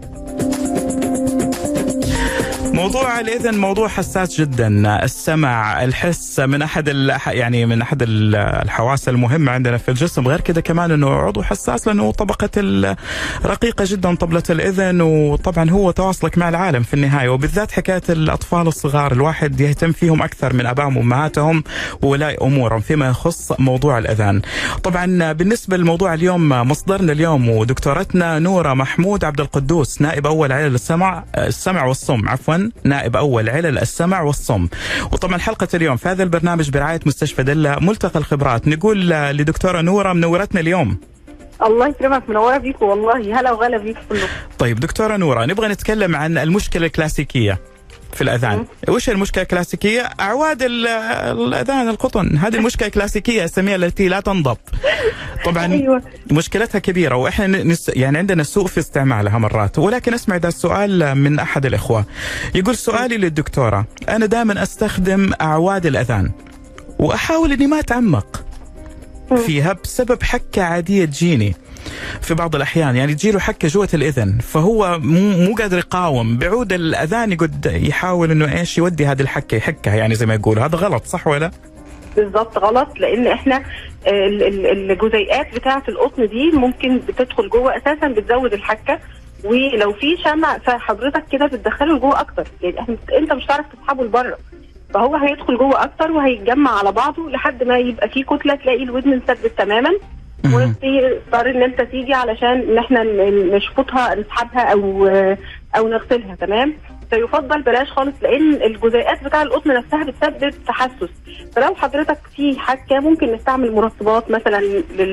موضوع الإذن موضوع حساس جدا. السمع، الحس من أحد يعني من أحد الحواس المهمة عندنا في الجسم. غير كده كمان أنه عضو حساس لأنه طبقة رقيقة جدا طبلة الإذن، وطبعا هو تواصلك مع العالم في النهاية، وبالذات حكاية الأطفال الصغار الواحد يهتم فيهم أكثر من أبائهم وأمهاتهم وولاء أمورهم فيما يخص موضوع الأذان. طبعا بالنسبة لموضوع اليوم، مصدرنا اليوم ودكتورتنا نورة محمود عبد القدوس، نائب أول علل السمع السمع والصم عفوا نائب أول علل السمع والصم. وطبعا حلقة اليوم في هذا البرنامج برعاية مستشفى دلة ملتقى الخبرات. نقول لدكتورة نورة منورتنا اليوم. الله يكرمك، منورة بيكم والله، هلا وغلا بيكم كلكم. طيب دكتورة نورة، نبغى نتكلم عن المشكلة الكلاسيكية في الأذان. وش المشكلة الكلاسيكية؟ أعواد الأذان القطن، هذه المشكلة الكلاسيكية السمية التي لا تنضب. طبعا أيوة. مشكلتها كبيرة، وإحنا نس يعني عندنا سوء في استعمالها مرات. ولكن أسمع ده السؤال من أحد الإخوة، يقول سؤالي للدكتورة، أنا دائما أستخدم أعواد الأذان وأحاول إني ما أتعمق فيها بسبب حكة عادية تجيني في بعض الأحيان، يعني تجيله حكة جوة الإذن، فهو مو قادر يقاوم بعود الأذان، يقعد يحاول إنه إيش يودي هذه الحكة يحكها، يعني زي ما يقولوا. هذا غلط صح ولا؟ بالضبط غلط، لأن إحنا الجزيئات بتاعة القطن دي ممكن بتدخل جوه أساسا بتزود الحكة، ولو في شمع فحضرتك كده بتدخله لجوه أكتر، يعني إحنا أنت مش هتعرف تسحبه لبره، فهو هيدخل جوه أكتر وهيتجمع على بعضه لحد ما يبقى فيه كتلة، تلاقي الودن انسدت تماما، وتضطر ان انت تيجي علشان ان احنا نشفطها نسحبها او او نغسلها. تمام، فيفضل بلاش خالص، لان الجزيئات بتاع القطن نفسها بتسبب تحسس. فلو حضرتك في حكه ممكن نستعمل مرطبات مثلا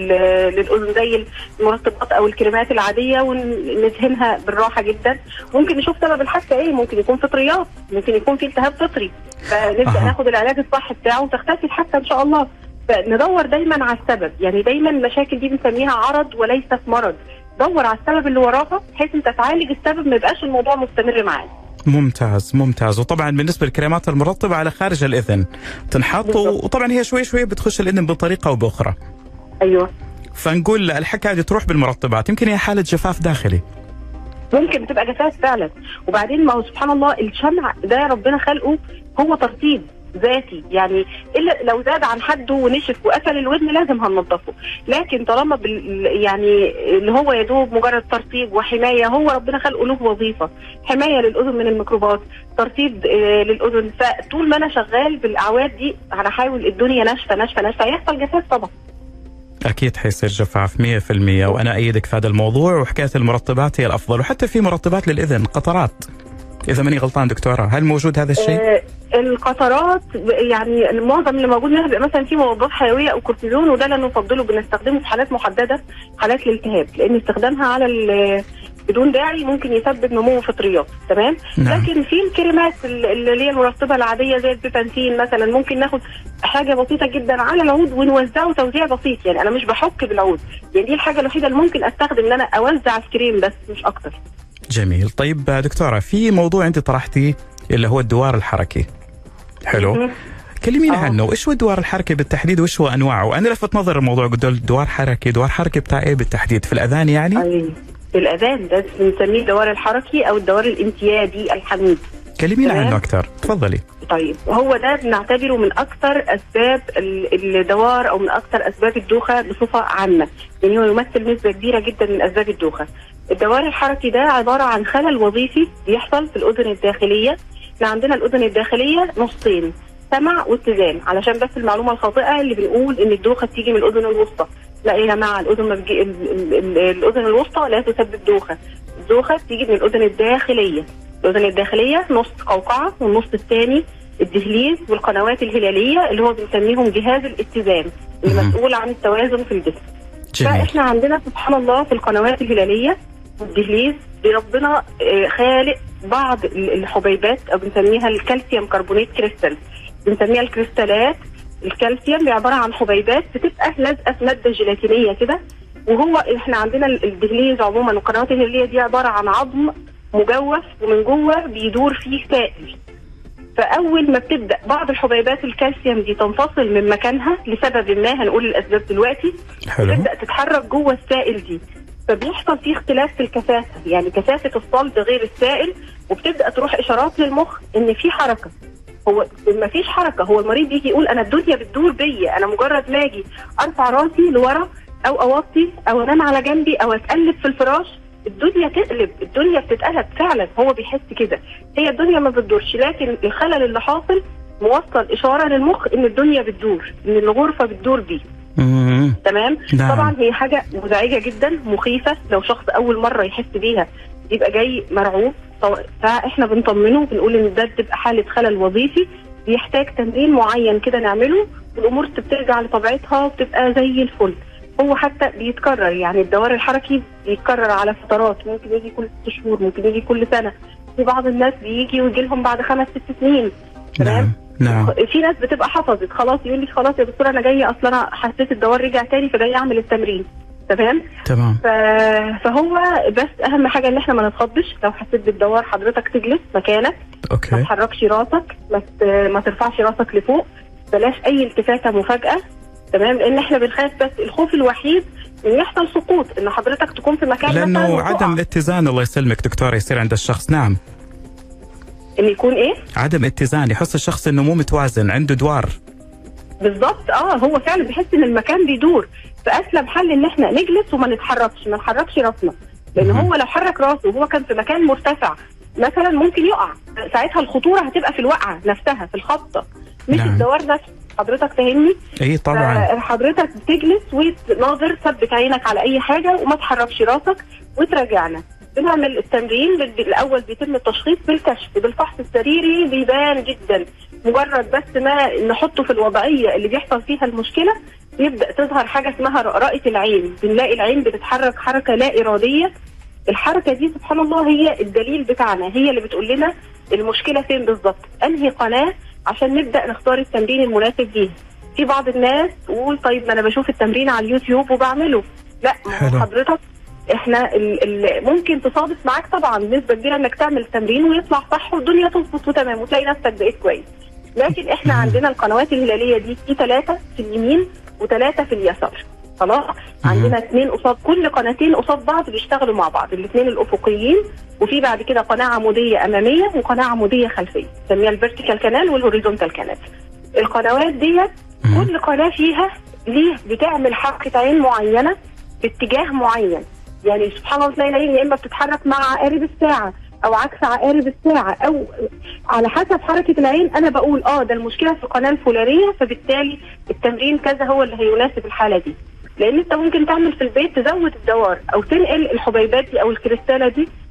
للاذن زي المرطبات او الكريمات العاديه وندهنها بالراحه جدا. ممكن نشوف سبب الحكه ايه، ممكن يكون فطريات، ممكن يكون في التهاب فطري، فنبدا ناخد العلاج الصح بتاعه وتختفي الحكه ان شاء الله. فندور دايما على السبب، يعني دايما المشاكل دي بنسميها عرض وليست مرض. دور على السبب اللي وراها بحيث انت تعالج السبب، ما يبقاش الموضوع مستمر معاك. ممتاز ممتاز. وطبعا بالنسبه للكريمات المرطبه على خارج الاذن تنحط، وطبعا هي شوي شوي بتخش الاذن بطريقه او باخرى. ايوه، فنقول الحكايه دي تروح بالمرطبات، يمكن هي حاله جفاف داخلي، ممكن بتبقى جفاف فعلا. وبعدين ما هو سبحان الله الشمع ده ربنا خلقه هو ترطيب ذاتي، يعني الا لو زاد عن حده ونشف وقفل الودن لازم هننضفه، لكن طالما بال يعني اللي هو يدوب مجرد ترطيب وحمايه، هو ربنا خلقه له وظيفه، حمايه للاذن من الميكروبات، ترطيب آه للاذن. فطول ما انا شغال بالاعواد دي هنحاول الدنيا ناشفه ناشفه ناشفه هيحصل جفاف طبعا. أكيد حيصير جفاف مية في المية، وأنا أيدك في هذا الموضوع. وحكاية المرطبات هي الأفضل، وحتى في مرطبات للإذن قطرات اذا ماني غلطان دكتوره، هل موجود هذا الشيء؟ آه القطرات يعني معظم اللي موجود منها بيبقى مثلا في مضادات حيويه او كورتيزون، وده لا نفضله، بنستخدمه في حالات محدده، حالات الالتهاب، لان استخدامها على بدون داعي ممكن يسبب نمو فطريات. تمام. نعم. لكن في الكريمات اللي هي المرطبه العاديه زي البيبانتين مثلا، ممكن ناخد حاجه بسيطه جدا على العود ونوزعه توزيع بسيط، يعني انا مش بحك بالعود، يعني دي الحاجه الوحيده اللي ممكن استخدم ان انا اوزع الكريم بس مش اكتر. جميل. طيب دكتوره، في موضوع انت طرحتيه اللي هو الدوار الحركي. حلو. كلمينا عنه، وايش هو الدوار الحركي بالتحديد وايش هو انواعه؟ انا لفت نظر الموضوع، قلت دوار حركي، دوار حركي بتاع ايه بالتحديد؟ في الاذان يعني؟ أيوه. في الاذان ده بنسميه الدوار الحركي او الدوار الانسيابي الحميد. كلمينا عنه اكثر، تفضلي. طيب، هو ده بنعتبره من اكثر اسباب الدوار او من اكثر اسباب الدوخه بصفه عامه، يعني هو يمثل نسبه كبيره جدا من اسباب الدوخه. الدوار الحركي ده عباره عن خلل وظيفي بيحصل في الاذن الداخليه. احنا عندنا الاذن الداخليه نصين، سمع واتزان، علشان بس المعلومه الخاطئه اللي بنقول ان الدوخه بتيجي من الاذن الوسطى. لا يا جماعه، الاذن مبجي... الاذن الوسطى لا تسبب دوخه، الدوخه بتيجي من الاذن الداخليه. الاذن الداخليه نص قوقعه، والنص الثاني الدهليز والقنوات الهلاليه اللي هو بنسميهم جهاز الاتزان اللي مسؤول عن التوازن في الجسم. جميل. فاحنا عندنا سبحان الله في القنوات الهلاليه والدهليز ربنا خالق بعض الحبيبات او بنسميها الكالسيوم كربونات كريستال، بنسميها الكريستالات. الكالسيوم عباره عن حبيبات بتبقى لازقه في ماده جيلاتينيه كده، وهو احنا عندنا الدهليز عموما والقنوات الهلاليه دي عباره عن عظم مجوف ومن جوه بيدور فيه سائل. فاول ما بتبدا بعض الحبيبات الكالسيوم دي تنفصل من مكانها لسبب ما، هنقول الاسباب دلوقتي، تبدا تتحرك جوه السائل دي، فبيحصل فيه اختلاف في الكثافه، يعني كثافه الصلب غير السائل، وبتبدا تروح اشارات للمخ ان في حركه. هو ما فيش حركه، هو المريض يجي يقول انا الدنيا بتدور بيا، انا مجرد ما اجي ارفع راسي لورا او اوطي او انام على جنبي او اتقلب في الفراش الدنيا تقلب، الدنيا بتتقلب فعلا، هو بيحس كده. هي الدنيا ما بتدورش، لكن الخلل اللي حاصل موصل اشاره للمخ ان الدنيا بتدور، ان الغرفه بتدور بيه. تمام. نعم. طبعا هي حاجه مزعجه جدا مخيفه، لو شخص اول مره يحس بيها يبقى جاي مرعوب، فاحنا بنطمنه بنقول ان ده بتبقى حاله خلل وظيفي بيحتاج تمرين معين كده نعمله، والامور بترجع لطبيعتها وبتبقى زي الفل. هو حتى بيتكرر، يعني الدوار الحركي بيتكرر على فترات، ممكن يجي كل ست شهور، ممكن يجي كل سنه، في بعض الناس بيجي ويجي لهم بعد خمس ست سنين. نعم نعم. في ناس بتبقى حفظت خلاص، يقول لي خلاص يا دكتوره انا جايه اصلا انا حسيت الدوار رجع تاني فجاي اعمل التمرين. تمام تمام. ف... فهو بس اهم حاجه ان احنا ما نتخضش، لو حسيت بالدوار حضرتك تجلس مكانك. اوكي. ما تحركش راسك، ما, ت... ما ترفعش راسك لفوق، بلاش اي التفاته مفاجاه. تمام. لان احنا بنخاف، بس الخوف الوحيد ان يحصل سقوط، ان حضرتك تكون في مكان لانه عدم الاتزان الله يسلمك دكتوره يصير عند الشخص. نعم. ان يكون ايه؟ عدم اتزان، يحس الشخص انه مو متوازن، عنده دوار. بالضبط. اه هو فعلا بيحس ان المكان بيدور، فاسلم حل ان احنا نجلس وما نتحركش، ما نحركش راسنا، لان هو لو حرك راسه وهو كان في مكان مرتفع مثلا ممكن يقع، ساعتها الخطوره هتبقى في الوقعه نفسها، في الخبطه، مش نعم. الدوار نفسه. حضرتك فاهمني؟ اي طبعا. حضرتك بتجلس وتناظر، ثبت عينك على اي حاجه وما تحركش راسك وتراجعنا. بنعمل التمرين الاول، بيتم التشخيص بالكشف، بالفحص السريري بيبان جدا، مجرد بس ما نحطه في الوضعيه اللي بيحصل فيها المشكله يبدا تظهر حاجه اسمها رأرة العين، بنلاقي العين بتتحرك حركه لا اراديه. الحركه دي سبحان الله هي الدليل بتاعنا، هي اللي بتقول لنا المشكله فين بالظبط، انهي قناه عشان نبدا نختار التمرين المناسب ليها. في بعض الناس تقول طيب ما انا بشوف التمرين على اليوتيوب وبعمله، لا حضرتك احنا ال ال ممكن تصادف معاك طبعا نسبه كبيره انك تعمل التمرين ويطلع صح والدنيا تظبط وتمام وتلاقي نفسك بقيت كويس، لكن احنا عندنا القنوات الهلاليه دي في ثلاثه في اليمين وثلاثه في اليسار. خلاص عندنا اثنين قصاد، كل قناتين قصاد بعض بيشتغلوا مع بعض، الاثنين الافقيين، وفي بعد كده قناه عموديه اماميه وقناه عموديه خلفيه، نسميها الفيرتيكال كانال والهوريزونتال كانال. القنوات ديت كل قناه فيها ليه بتعمل حركه عين معينه باتجاه معين، يعني سبحان الله تلاقي العين يا اما بتتحرك مع عقارب الساعه او عكس عقارب الساعه، او على حسب حركه العين انا بقول اه ده المشكله في القناه الفلانيه، فبالتالي التمرين كذا هو اللي هيناسب الحاله دي. لان انت ممكن تعمل في البيت تزود الدوار او تنقل الحبيبات دي او الكريستاله دي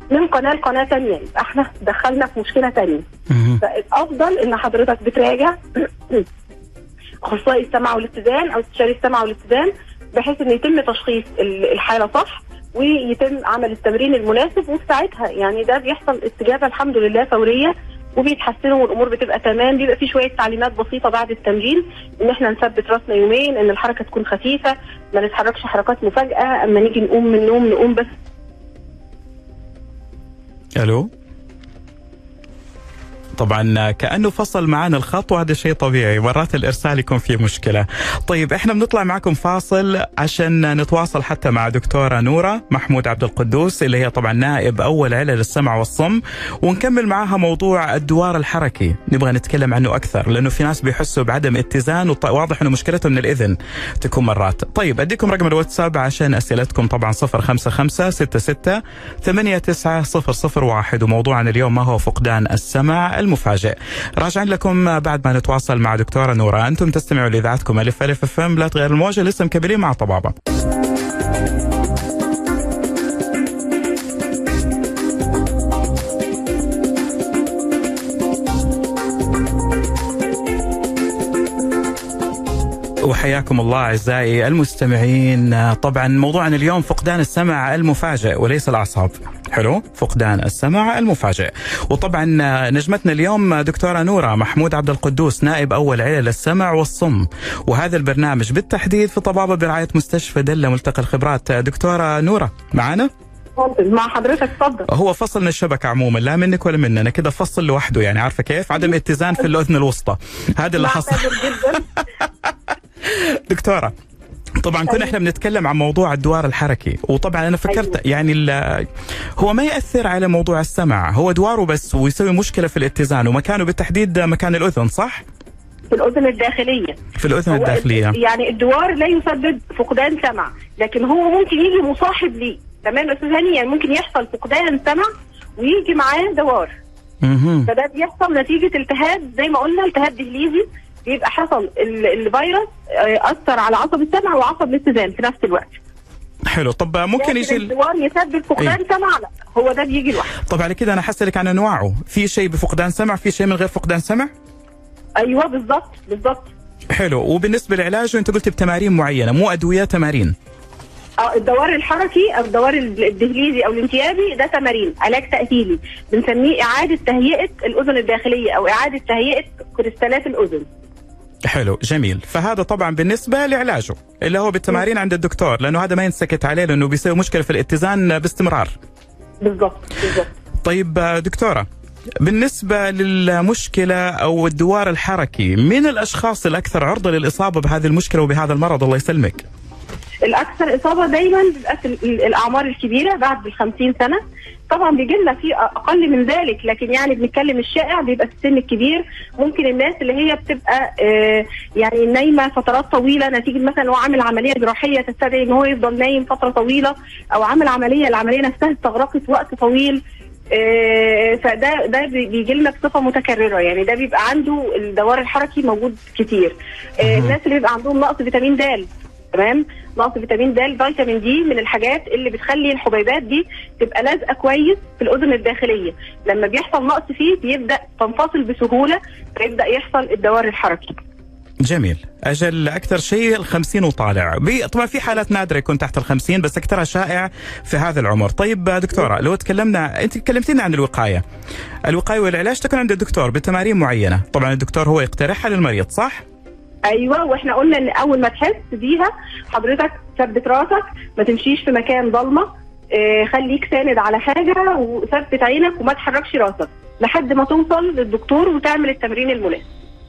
من قناه لقناه ثانيه، يبقى احنا دخلنا في مشكله ثانيه. فالافضل ان حضرتك بتراجع اخصائي السمع والاتزان او استشاري السمع والاتزان، بحيث ان يتم تشخيص الحاله صح ويتم عمل التمرين المناسب، وفي ساعتها يعني ده بيحصل استجابه الحمد لله فوريه وبيتحسنوا والامور بتبقى تمام. بيبقى في شويه تعليمات بسيطه بعد التمرين، ان احنا نثبت راسنا يومين، ان الحركه تكون خفيفه، ما نتحركش حركات مفاجاه، اما نيجي نقوم من النوم نقوم بس. الو، طبعا كأنه فصل معنا الخط، وهذا شيء طبيعي، مرات الإرسال يكون فيه مشكلة. طيب احنا بنطلع معكم فاصل عشان نتواصل حتى مع دكتورة نورة محمود عبد القدوس اللي هي طبعا نائب أول علل السمع والصم، ونكمل معها موضوع الدوار الحركي، نبغى نتكلم عنه أكثر لأنه في ناس بيحسوا بعدم اتزان وواضح أنه مشكلتهم من الإذن تكون مرات. طيب أديكم رقم الواتساب عشان أسئلتكم، طبعا صفر خمسة خمسة ستة ستة ثمانية تسعة صفر صفر واحد، وموضوعنا اليوم ما هو فقدان السمع المفاجئ. راجعين لكم بعد ما نتواصل مع دكتورة نورة. أنتم تستمعوا لإذاعتكم ألف ألف اف ام، لا تغير الموجة، لسه مكملين مع طبابة. وحياكم الله أعزائي المستمعين. طبعا موضوعنا اليوم فقدان السمع المفاجئ وليس الأعصاب. حلو، فقدان السمع المفاجئ. وطبعا نجمتنا اليوم دكتورة نورة محمود عبد القدوس، نائب أول علل السمع والصم، وهذا البرنامج بالتحديد في طبابة برعاية مستشفى دلة ملتقى الخبرات. دكتورة نورة معنا؟ مع حضرتك، اتفضل. هو فصلنا الشبكة عموما، لا منك ولا مننا، كده فصل لوحده، يعني عارفة كيف؟ عدم اتزان في الأذن الوسطى، هذا اللي حصل. دكتورة، طبعا كنا احنا بنتكلم عن موضوع الدوار الحركي، وطبعا انا فكرت يعني هو ما يأثر على موضوع السمع، هو دواره بس ويسوي مشكلة في الاتزان، ومكانه بالتحديد مكان الأذن، صح؟ في الأذن الداخلية. في الأذن الداخلية. يعني الدوار لا يسبب فقدان سمع، لكن هو ممكن يجي مصاحب ليه. تمام يا أستاذ هاني، يعني ممكن يحصل فقدان سمع ويجي معاه دوار. اها. فده بيحصل نتيجة التهاب، زي ما قلنا التهاب دهليزي، بيبقى حصل الفيروس أثر على عصب السمع وعصب الاتزان في نفس الوقت. حلو، طب ممكن يجي الدوار يسبب فقدان ايه؟ سمع؟ لا، هو ده بيجي لوحده. طب على كده انا حسألك عن انواعه، في شيء بفقدان سمع، في شيء من غير فقدان سمع؟ ايوه بالضبط بالضبط. حلو، وبالنسبه للعلاج انت قلت بتمارين معينه، مو ادويه، تمارين. اه الدوار الحركي او الدوار الدهليزي او الانتيابي ده تمارين علاج تأهيلي، بنسميه اعاده تهيئه الاذن الداخليه او اعاده تهيئه كريستالات الاذن. حلو جميل، فهذا طبعا بالنسبه لعلاجه اللي هو بالتمارين عند الدكتور، لانه هذا ما ينسكت عليه لانه بيسوي مشكله في الاتزان باستمرار. بالضبط بالضبط. طيب دكتوره، بالنسبة للمشكلة أو الدوار الحركي، من الأشخاص الأكثر عرضة للإصابة بهذه المشكلة وبهذا المرض؟ الله يسلمك. الأكثر إصابة دايما بيبقى في الأعمار الكبيرة بعد الخمسين سنة، طبعا بيجي لنا في أقل من ذلك، لكن يعني بنتكلم الشائع بيبقى في السن الكبير. ممكن الناس اللي هي بتبقى آه يعني نايمة فترات طويلة نتيجة مثلا هو عامل عملية جراحية تستدعي إن هو يفضل نايم فترة طويلة، أو عامل عملية العملية نفسها استغرقت وقت طويل. آه فده ده بيجي لنا بصفه متكرره، يعني ده بيبقى عنده الدوار الحركي موجود كتير. آه الناس اللي بيبقى عندهم نقص فيتامين د، تمام، نقص فيتامين د، فيتامين دي من الحاجات اللي بتخلي الحبيبات دي تبقى لازقه كويس في الاذن الداخليه، لما بيحصل نقص فيه بيبدا تنفصل بسهوله، فيبدا يحصل الدوار الحركي. جميل، أجل أكثر شيء الخمسين وطالع، طبعا في حالات نادرة يكون تحت الخمسين بس أكثرها شائع في هذا العمر. طيب دكتورة، لو تكلمنا، أنت تكلمتينا عن الوقاية، الوقاية والعلاج تكون عند الدكتور بتمارين معينة، طبعا الدكتور هو يقترحها للمريض، صح؟ ايوه، واحنا قلنا ان اول ما تحس بيها حضرتك ثبت راسك، ما تمشيش في مكان ضلمه، اه خليك ساند على حاجه وثبت عينك وما تحركش راسك لحد ما توصل للدكتور وتعمل التمرين المناسب.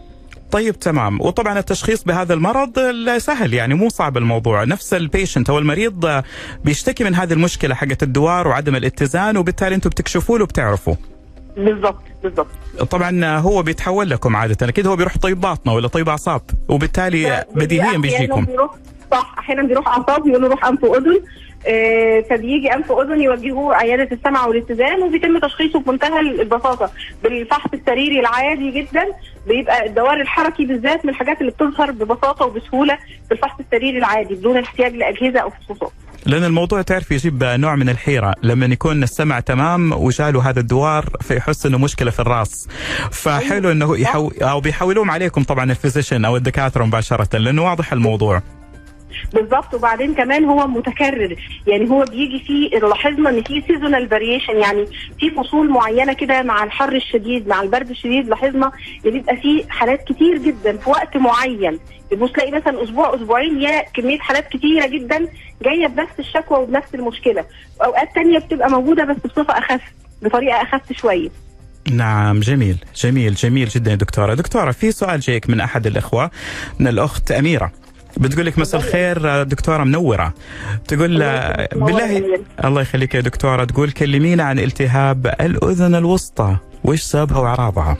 طيب تمام، وطبعا التشخيص بهذا المرض سهل، يعني مو صعب الموضوع، نفس البيشنت او المريض بيشتكي من هذه المشكله حقت الدوار وعدم الاتزان، وبالتالي انتم بتكشفوا له وبتعرفوا. بالضبط بالضبط. طبعا هو بيتحول لكم عاده، اكيد هو بيروح طيب باطنه ولا طيب اعصاب، وبالتالي بديهيا بيجيكم. بيروح صح، احيانا بيروح اعصاب، يقولوا روح انف واذن، آه فبيجي انف واذن يوجهوه عياده السمع والاتزان، وبيتم تشخيصه بمنتهى البساطه بالفحص السريري العادي جدا. بيبقى الدوار الحركي بالذات من الحاجات اللي بتظهر ببساطه وبسهوله بالفحص السريري العادي بدون احتياج لاجهزه او فحوصات. لأن الموضوع تعرف يجيب نوع من الحيرة لما يكون السمع تمام وجاله هذا الدوار فيحس إنه مشكلة في الرأس. فحلو إنه يحو... أو بيحولوهم عليكم طبعا الفيزيشن أو الدكاترة مباشرة لأنه واضح الموضوع. بالظبط. وبعدين كمان هو متكرر، يعني هو بيجي فيه لاحظنا ان في سيزونال فاريشن، يعني في فصول معينه كده مع الحر الشديد مع البرد الشديد لاحظنا ان بيبقى في حالات كتير جدا في وقت معين، تبص تلاقي مثلا اسبوع اسبوعين يا كميه حالات كتيره جدا جايه بنفس الشكوى وبنفس المشكله، واوقات ثانيه بتبقى موجوده بس بصفه اخف بطريقه اخف شويه. نعم جميل جميل جميل جدا يا دكتوره. دكتوره في سؤال جايك من احد الاخوه من الاخت اميره، بتقول لك مساء الخير دكتوره منوره، تقول بالله الله يخليك يا دكتوره، تقول كلمينا عن التهاب الاذن الوسطى وش سببها واعراضها؟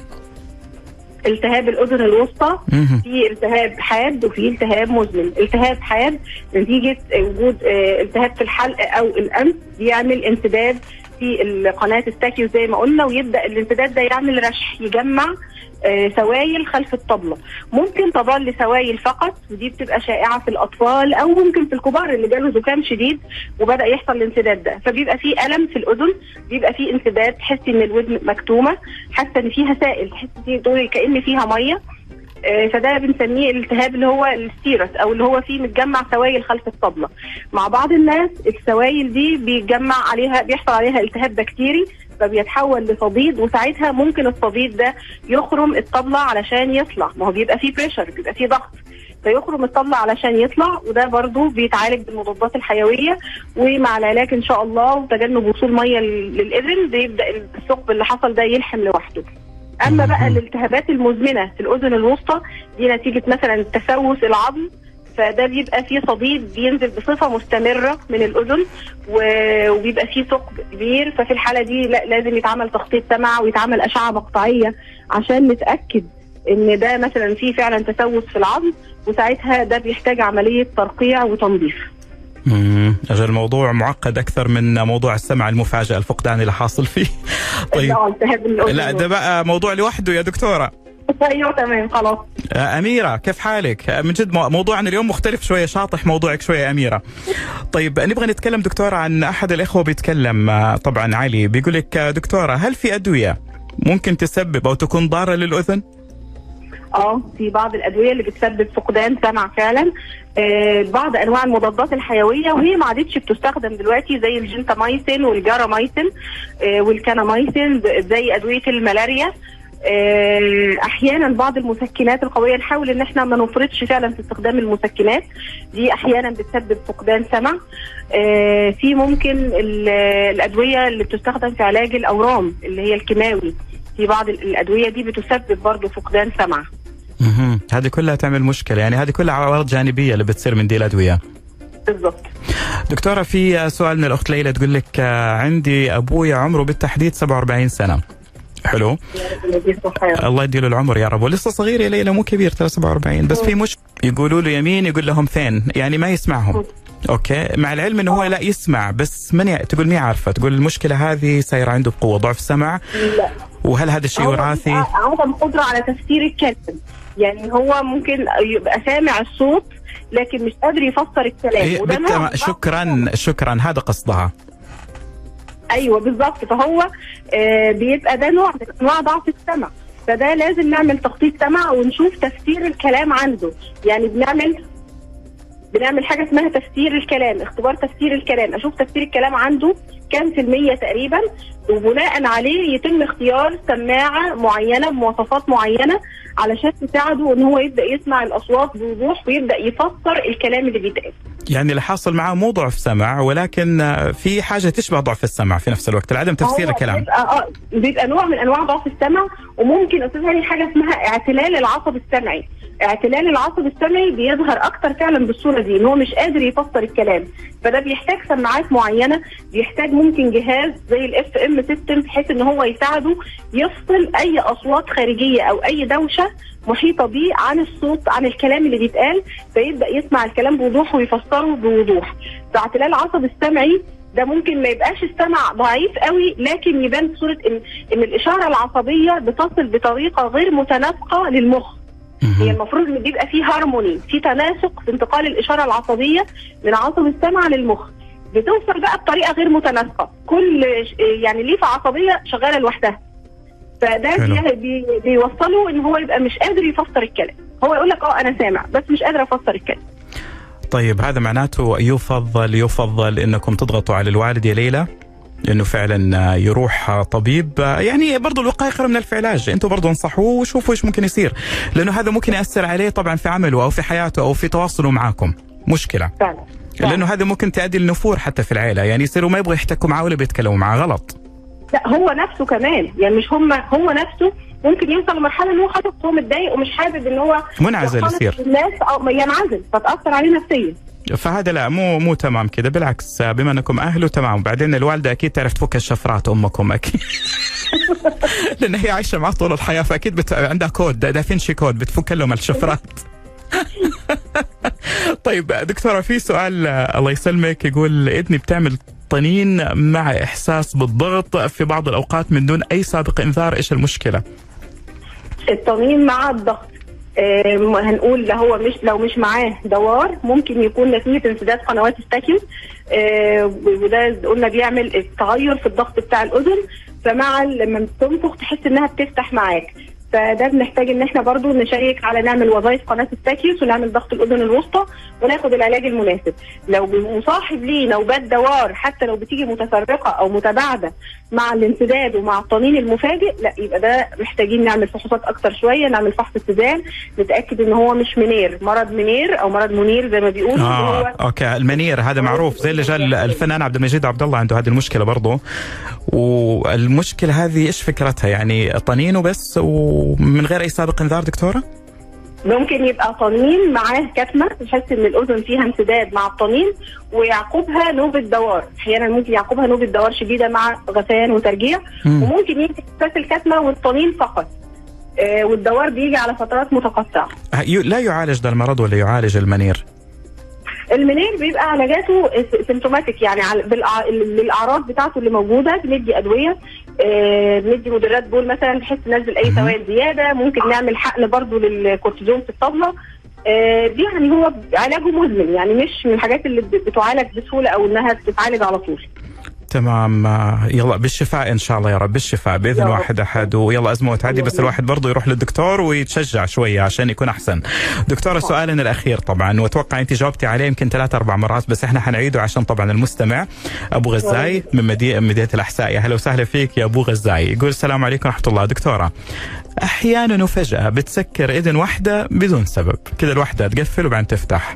التهاب الاذن الوسطى في التهاب حاد وفي التهاب مزمن. التهاب حاد نتيجه وجود التهاب في الحلق او الانف بيعمل انسداد في القناه الساكيوس زي ما قلنا، ويبدا الانسداد ده يعمل رشح يجمع آه سوائل خلف الطبله. ممكن تظل سوائل فقط ودي بتبقى شائعه في الاطفال او ممكن في الكبار اللي جاله زكام شديد وبدا يحصل الانسداد ده، فبيبقى في الم في الاذن، بيبقى في انسداد، تحسي ان الودن مكتومه، حاسه ان فيها سائل، تحسي تقولي كأن فيها ميه، آه فده بنسميه الالتهاب اللي هو السيرس او اللي هو فيه متجمع سوائل خلف الطبله. مع بعض الناس السوائل دي بيتجمع عليها بيحصل عليها التهاب بكتيري فبيتحول لصديد، وساعتها ممكن الصديد ده يخرم الطبله علشان يطلع، ما هو بيبقى فيه بريشر بيبقى فيه ضغط فيخرم الطبله علشان يطلع، وده برضو بيتعالج بالمضادات الحيويه ومع العلاج ان شاء الله وتجنب وصول ميه للاذن بيبدا الثقب اللي حصل ده يلحم لوحده. اما بقى الالتهابات المزمنه في الاذن الوسطى دي نتيجه مثلا تسوس العظم، فده بيبقى فيه صديد بينزل بصفه مستمره من الاذن وبيبقى فيه ثقب كبير، ففي الحاله دي لا لازم يتعمل تخطيط سمع ويتعمل اشعه مقطعيه عشان نتاكد ان ده مثلا فيه فعلا تسوس في العظم، وساعتها ده بيحتاج عمليه ترقيع وتنظيف. امم اجل الموضوع معقد اكثر من موضوع السمع المفاجئ الفقدان اللي حاصل فيه. طيب لا ده بقى موضوع لوحده يا دكتوره. ايوه تمام خلاص. أميرة كيف حالك؟ من جد موضوعنا اليوم مختلف شوية، شاطح موضوعك شوية يا أميرة. طيب نبغى نتكلم دكتورة عن أحد الإخوة بيتكلم طبعا علي، بيقول لك دكتورة هل في أدوية ممكن تسبب أو تكون ضارة للأذن؟ اه في بعض الادويه اللي بتسبب فقدان سمع فعلا، آه بعض انواع المضادات الحيويه وهي ما عادتش بتستخدم دلوقتي زي الجنتامايسين والجارامايسين آه والكانامايسين زي ادويه الملاريا. احيانا بعض المسكنات القويه نحاول ان احنا ما نفرطش فعلا في استخدام المسكنات دي، احيانا بتسبب فقدان سمع. في ممكن الادويه اللي بتستخدم في علاج الاورام اللي هي الكيماوي، في بعض الادويه دي بتسبب برضه فقدان سمع. اها هذه كلها تعمل مشكله، يعني هذه كلها عوارض جانبيه اللي بتصير من دي الادويه. بالضبط. دكتوره في سؤال من الاخت ليلى تقول لك عندي ابوي عمره بالتحديد سبعة وأربعين سنه. حلو الله يديله العمر يا رب، ولسه صغير يا ليلى مو كبير ترى سبعة وأربعين، بس في مش يقولوا له يمين يقول لهم ثين، يعني ما يسمعهم. اوكي مع العلم انه هو لا يسمع بس من ي... تقول مي عارفه، تقول المشكله هذه صايره عنده بقوه ضعف سمع. لا وهل هذا الشيء وراثي؟ عدم قدره على تفسير الكلام، يعني هو ممكن يبقى سامع الصوت لكن مش قادر يفسر الكلام. إيه وده شكرا شكرا هذا قصدها. ايوه بالظبط، فهو آه بيبقى ده نوع من انواع ضعف السمع، فده لازم نعمل تخطيط سمع ونشوف تفسير الكلام عنده، يعني بنعمل بنعمل حاجه اسمها تفسير الكلام، اختبار تفسير الكلام، اشوف تفسير الكلام عنده كام في المية تقريبا، وبناء عليه يتم اختيار سماعه معينه بمواصفات معينه علشان تساعده ان هو يبدا يسمع الاصوات بوضوح ويبدا يفسر الكلام اللي بيتقال. يعني اللي حاصل معاه مو ضعف سمع ولكن في حاجه تشبه ضعف السمع في نفس الوقت، عدم تفسير الكلام. بيبقى, آه بيبقى نوع من انواع ضعف السمع، وممكن استاذ هاني حاجه اسمها اعتلال العصب السمعي. اعتلال العصب السمعي بيظهر اكتر فعلا بالصوره دي، ان هو مش قادر يفسر الكلام، فده بيحتاج سماعات معينه، بيحتاج ممكن جهاز زي الاف ام سيستم بحيث ان هو يساعده يفصل اي اصوات خارجيه او اي دوشه محيطه بيه عن الصوت عن الكلام اللي بيتقال، فيبدا يسمع الكلام بوضوح ويفسره بوضوح. فاعتلال العصب السمعي ده ممكن ما يبقاش السمع ضعيف قوي، لكن يبان بصوره ان ان الاشاره العصبيه بتصل بطريقه غير متناسقه للمخ. هي المفروض ان بيبقى فيه هارموني، في تناسق في انتقال الاشاره العصبيه من عصب السمع للمخ، بتوصل بقى بطريقه غير متناسقه، كل يعني ليفه عصبيه شغاله لوحدها، فده بي بي بيوصله ان هو يبقى مش قادر يفسر الكلام، هو يقول لك اه انا سامع بس مش قادر افسر الكلام. طيب هذا معناته يفضل يفضل انكم تضغطوا على الوالد يا ليلى انه فعلا يروح طبيب، يعني برضو الوقايه خير من العلاج، انتم برضو انصحوه وشوفوا ايش ممكن يصير، لانه هذا ممكن ياثر عليه طبعا في عمله او في حياته او في تواصله معاكم، مشكله فعلا. لانه هذا ممكن تؤدي للنفور حتى في العائله، يعني يصيروا ما يبغوا يحتكوا معاه ولا بيتكلموا معاه، غلط. لا هو نفسه كمان، يعني مش هم، هو نفسه ممكن يوصل لمرحله ان هو خلاص هو متضايق ومش حابب ان هو منعزل يصير الناس او ينعزل، فتاثر عليه نفسيا. فهذا لا مو مو تمام كده، بالعكس بما انكم اهله تمام، وبعدين الوالده اكيد تعرف تفك الشفرات، امكم اكيد لان هي عايشه معه طول الحياه، فاكيد بت... عندها كود، دافنشي كود بتفك لهم الشفرات طيب دكتوره في سؤال الله يسلمك، يقول ابني بتعمل طنين مع احساس بالضغط في بعض الاوقات من دون اي سابق انذار، ايش المشكله؟ الطنين مع الضغط آه هنقول لو هو مش لو مش معاه دوار ممكن يكون نتيجه انسداد قنوات التاكيوس، آه وده قلنا بيعمل التغير في الضغط بتاع الاذن، فمع لما بتنفخ تحس انها بتفتح معاك، فده بنحتاج ان احنا برضو نشيك على نعمل وظائف قناه التاكيوس ونعمل ضغط الاذن الوسطى وناخد العلاج المناسب. لو مصاحب ليه نوبات دوار حتى لو بتيجي متفرقه او متباعده مع الانسداد ومع الطنين المفاجئ، لا يبقى ده محتاجين نعمل فحوصات اكتر شويه، نعمل فحص اتزان نتاكد ان هو مش منير، مرض منير او مرض منير زي ما بيقولوا. اه هو اوكي المنير هذا معروف، زي اللي جاء الفنان عبد المجيد عبد الله عنده هذه المشكله برضه، والمشكله هذه ايش فكرتها؟ يعني طنين وبس ومن غير اي سابق انذار دكتوره؟ ممكن يبقى طنين معاه كتمه، تحس ان الاذن فيها انسداد مع الطنين ويعقبها نوبه دوار، احيانا ممكن يعقبها نوبه دوار شديده مع غثيان وترجيع، مم. وممكن يجي احساس الكتمه والطنين فقط، آه والدوار بيجي على فترات متقطعه. لا يعالج ده المرض ولا يعالج المنير؟ المنير بيبقى علاجاته سيمتوماتيك، يعني بالاعراض بتاعته اللي موجوده بندي ادويه، آه بندي مدرات بول مثلا بحيث ننزل اي سوائل زياده، ممكن نعمل حقن برضو للكورتيزون في الطبله، آه دي يعني هو علاجه مزمن، يعني مش من الحاجات اللي بتعالج بسهوله او انها بتتعالج على طول. تمام، يلا بالشفاء ان شاء الله يا رب، بالشفاء باذن واحد احد، ويلا ازمه وتعدي، بس الواحد برضه يروح للدكتور ويتشجع شويه عشان يكون احسن. دكتوره سؤالنا الاخير طبعا، واتوقع انت جاوبتي عليه يمكن ثلاث اربع مرات، بس احنا حنعيده عشان طبعا المستمع. ابو غزاي من مدينه مدينه الاحساء، يا اهلا وسهلا فيك يا ابو غزاي. يقول السلام عليكم ورحمه الله. دكتوره احيانا وفجاه بتسكر اذن واحده بدون سبب، كذا الواحده تقفل وبعدين تفتح.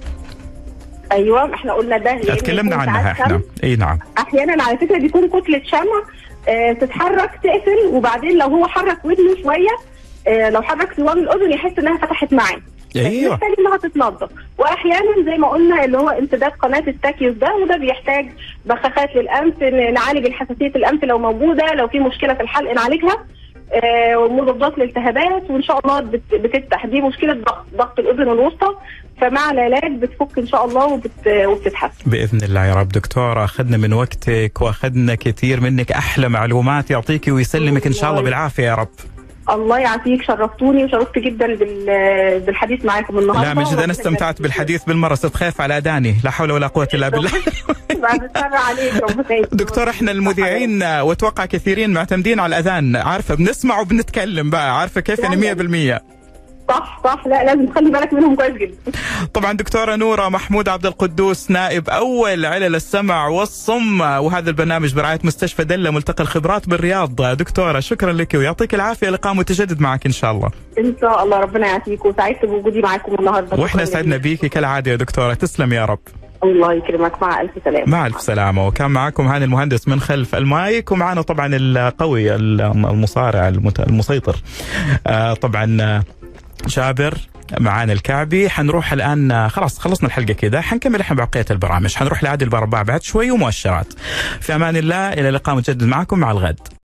ايوه احنا قلنا ده تكلمنا عنها احنا. اي نعم. احيانا على فكره بيكون كتله شمع اه تتحرك تقفل، وبعدين لو هو حرك ودنه شويه، اه لو حرك صوان الاذن يحس انها فتحت معاه. ايوه محتاج انها تتنظف. واحيانا زي ما قلنا اللي هو انسداد قناه التاكيوس ده، وده بيحتاج بخاخات للانف، نعالج الحساسيه الانف لو موجوده، لو في مشكله في الحلق نعالجها، آه ومضادات للالتهابات، وان شاء الله بتفتح. دي مشكله ضغط ضغط الاذن الوسطى، فمع العلاج بتفك ان شاء الله وبت... وبتتحسن باذن الله يا رب. دكتوره اخذنا من وقتك واخذنا كثير منك احلى معلومات، يعطيكي ويسلمك ان شاء الله بالعافيه يا رب. الله يعافيك، شرفتوني وشرفت جدا بالحديث معاكم النهارده. لا من جد انا استمتعت بالحديث بالمره، صرت خايف على اذاني، لا حول ولا قوه الا بالله بعد الشر عليك. دكتور احنا المذيعين واتوقع كثيرين معتمدين على الاذان، عارفه بنسمع وبنتكلم بقى، عارفه كيف يعني مية بالمية. صح صح، لا لازم تخلي بالك منهم كويس جدا. طبعا دكتوره نوره محمود عبد القدوس، نائب اول علل السمع والصم، وهذا البرنامج برعايه مستشفى دله ملتقى الخبرات بالرياض. دكتوره شكرا لك ويعطيك العافيه، لقاء متجدد معك ان شاء الله. ان شاء الله، ربنا يعافيك، وسعدت بوجودي معكم النهارده. واحنا سعدنا بيكي كالعاده يا دكتوره، تسلم يا رب. الله يكرمك، مع الف سلامه. مع الف سلامه. وكان معكم هاني المهندس من خلف المايك، ومعنا طبعا القوي المصارع المسيطر آه طبعا جابر معانا الكعبي. حنروح الآن خلاص خلصنا الحلقة كده، حنكمل احنا بقية البرامج، حنروح لعادل البرباع بعد شوي ومؤشرات. في أمان الله، إلى اللقاء متجدد معكم مع الغد.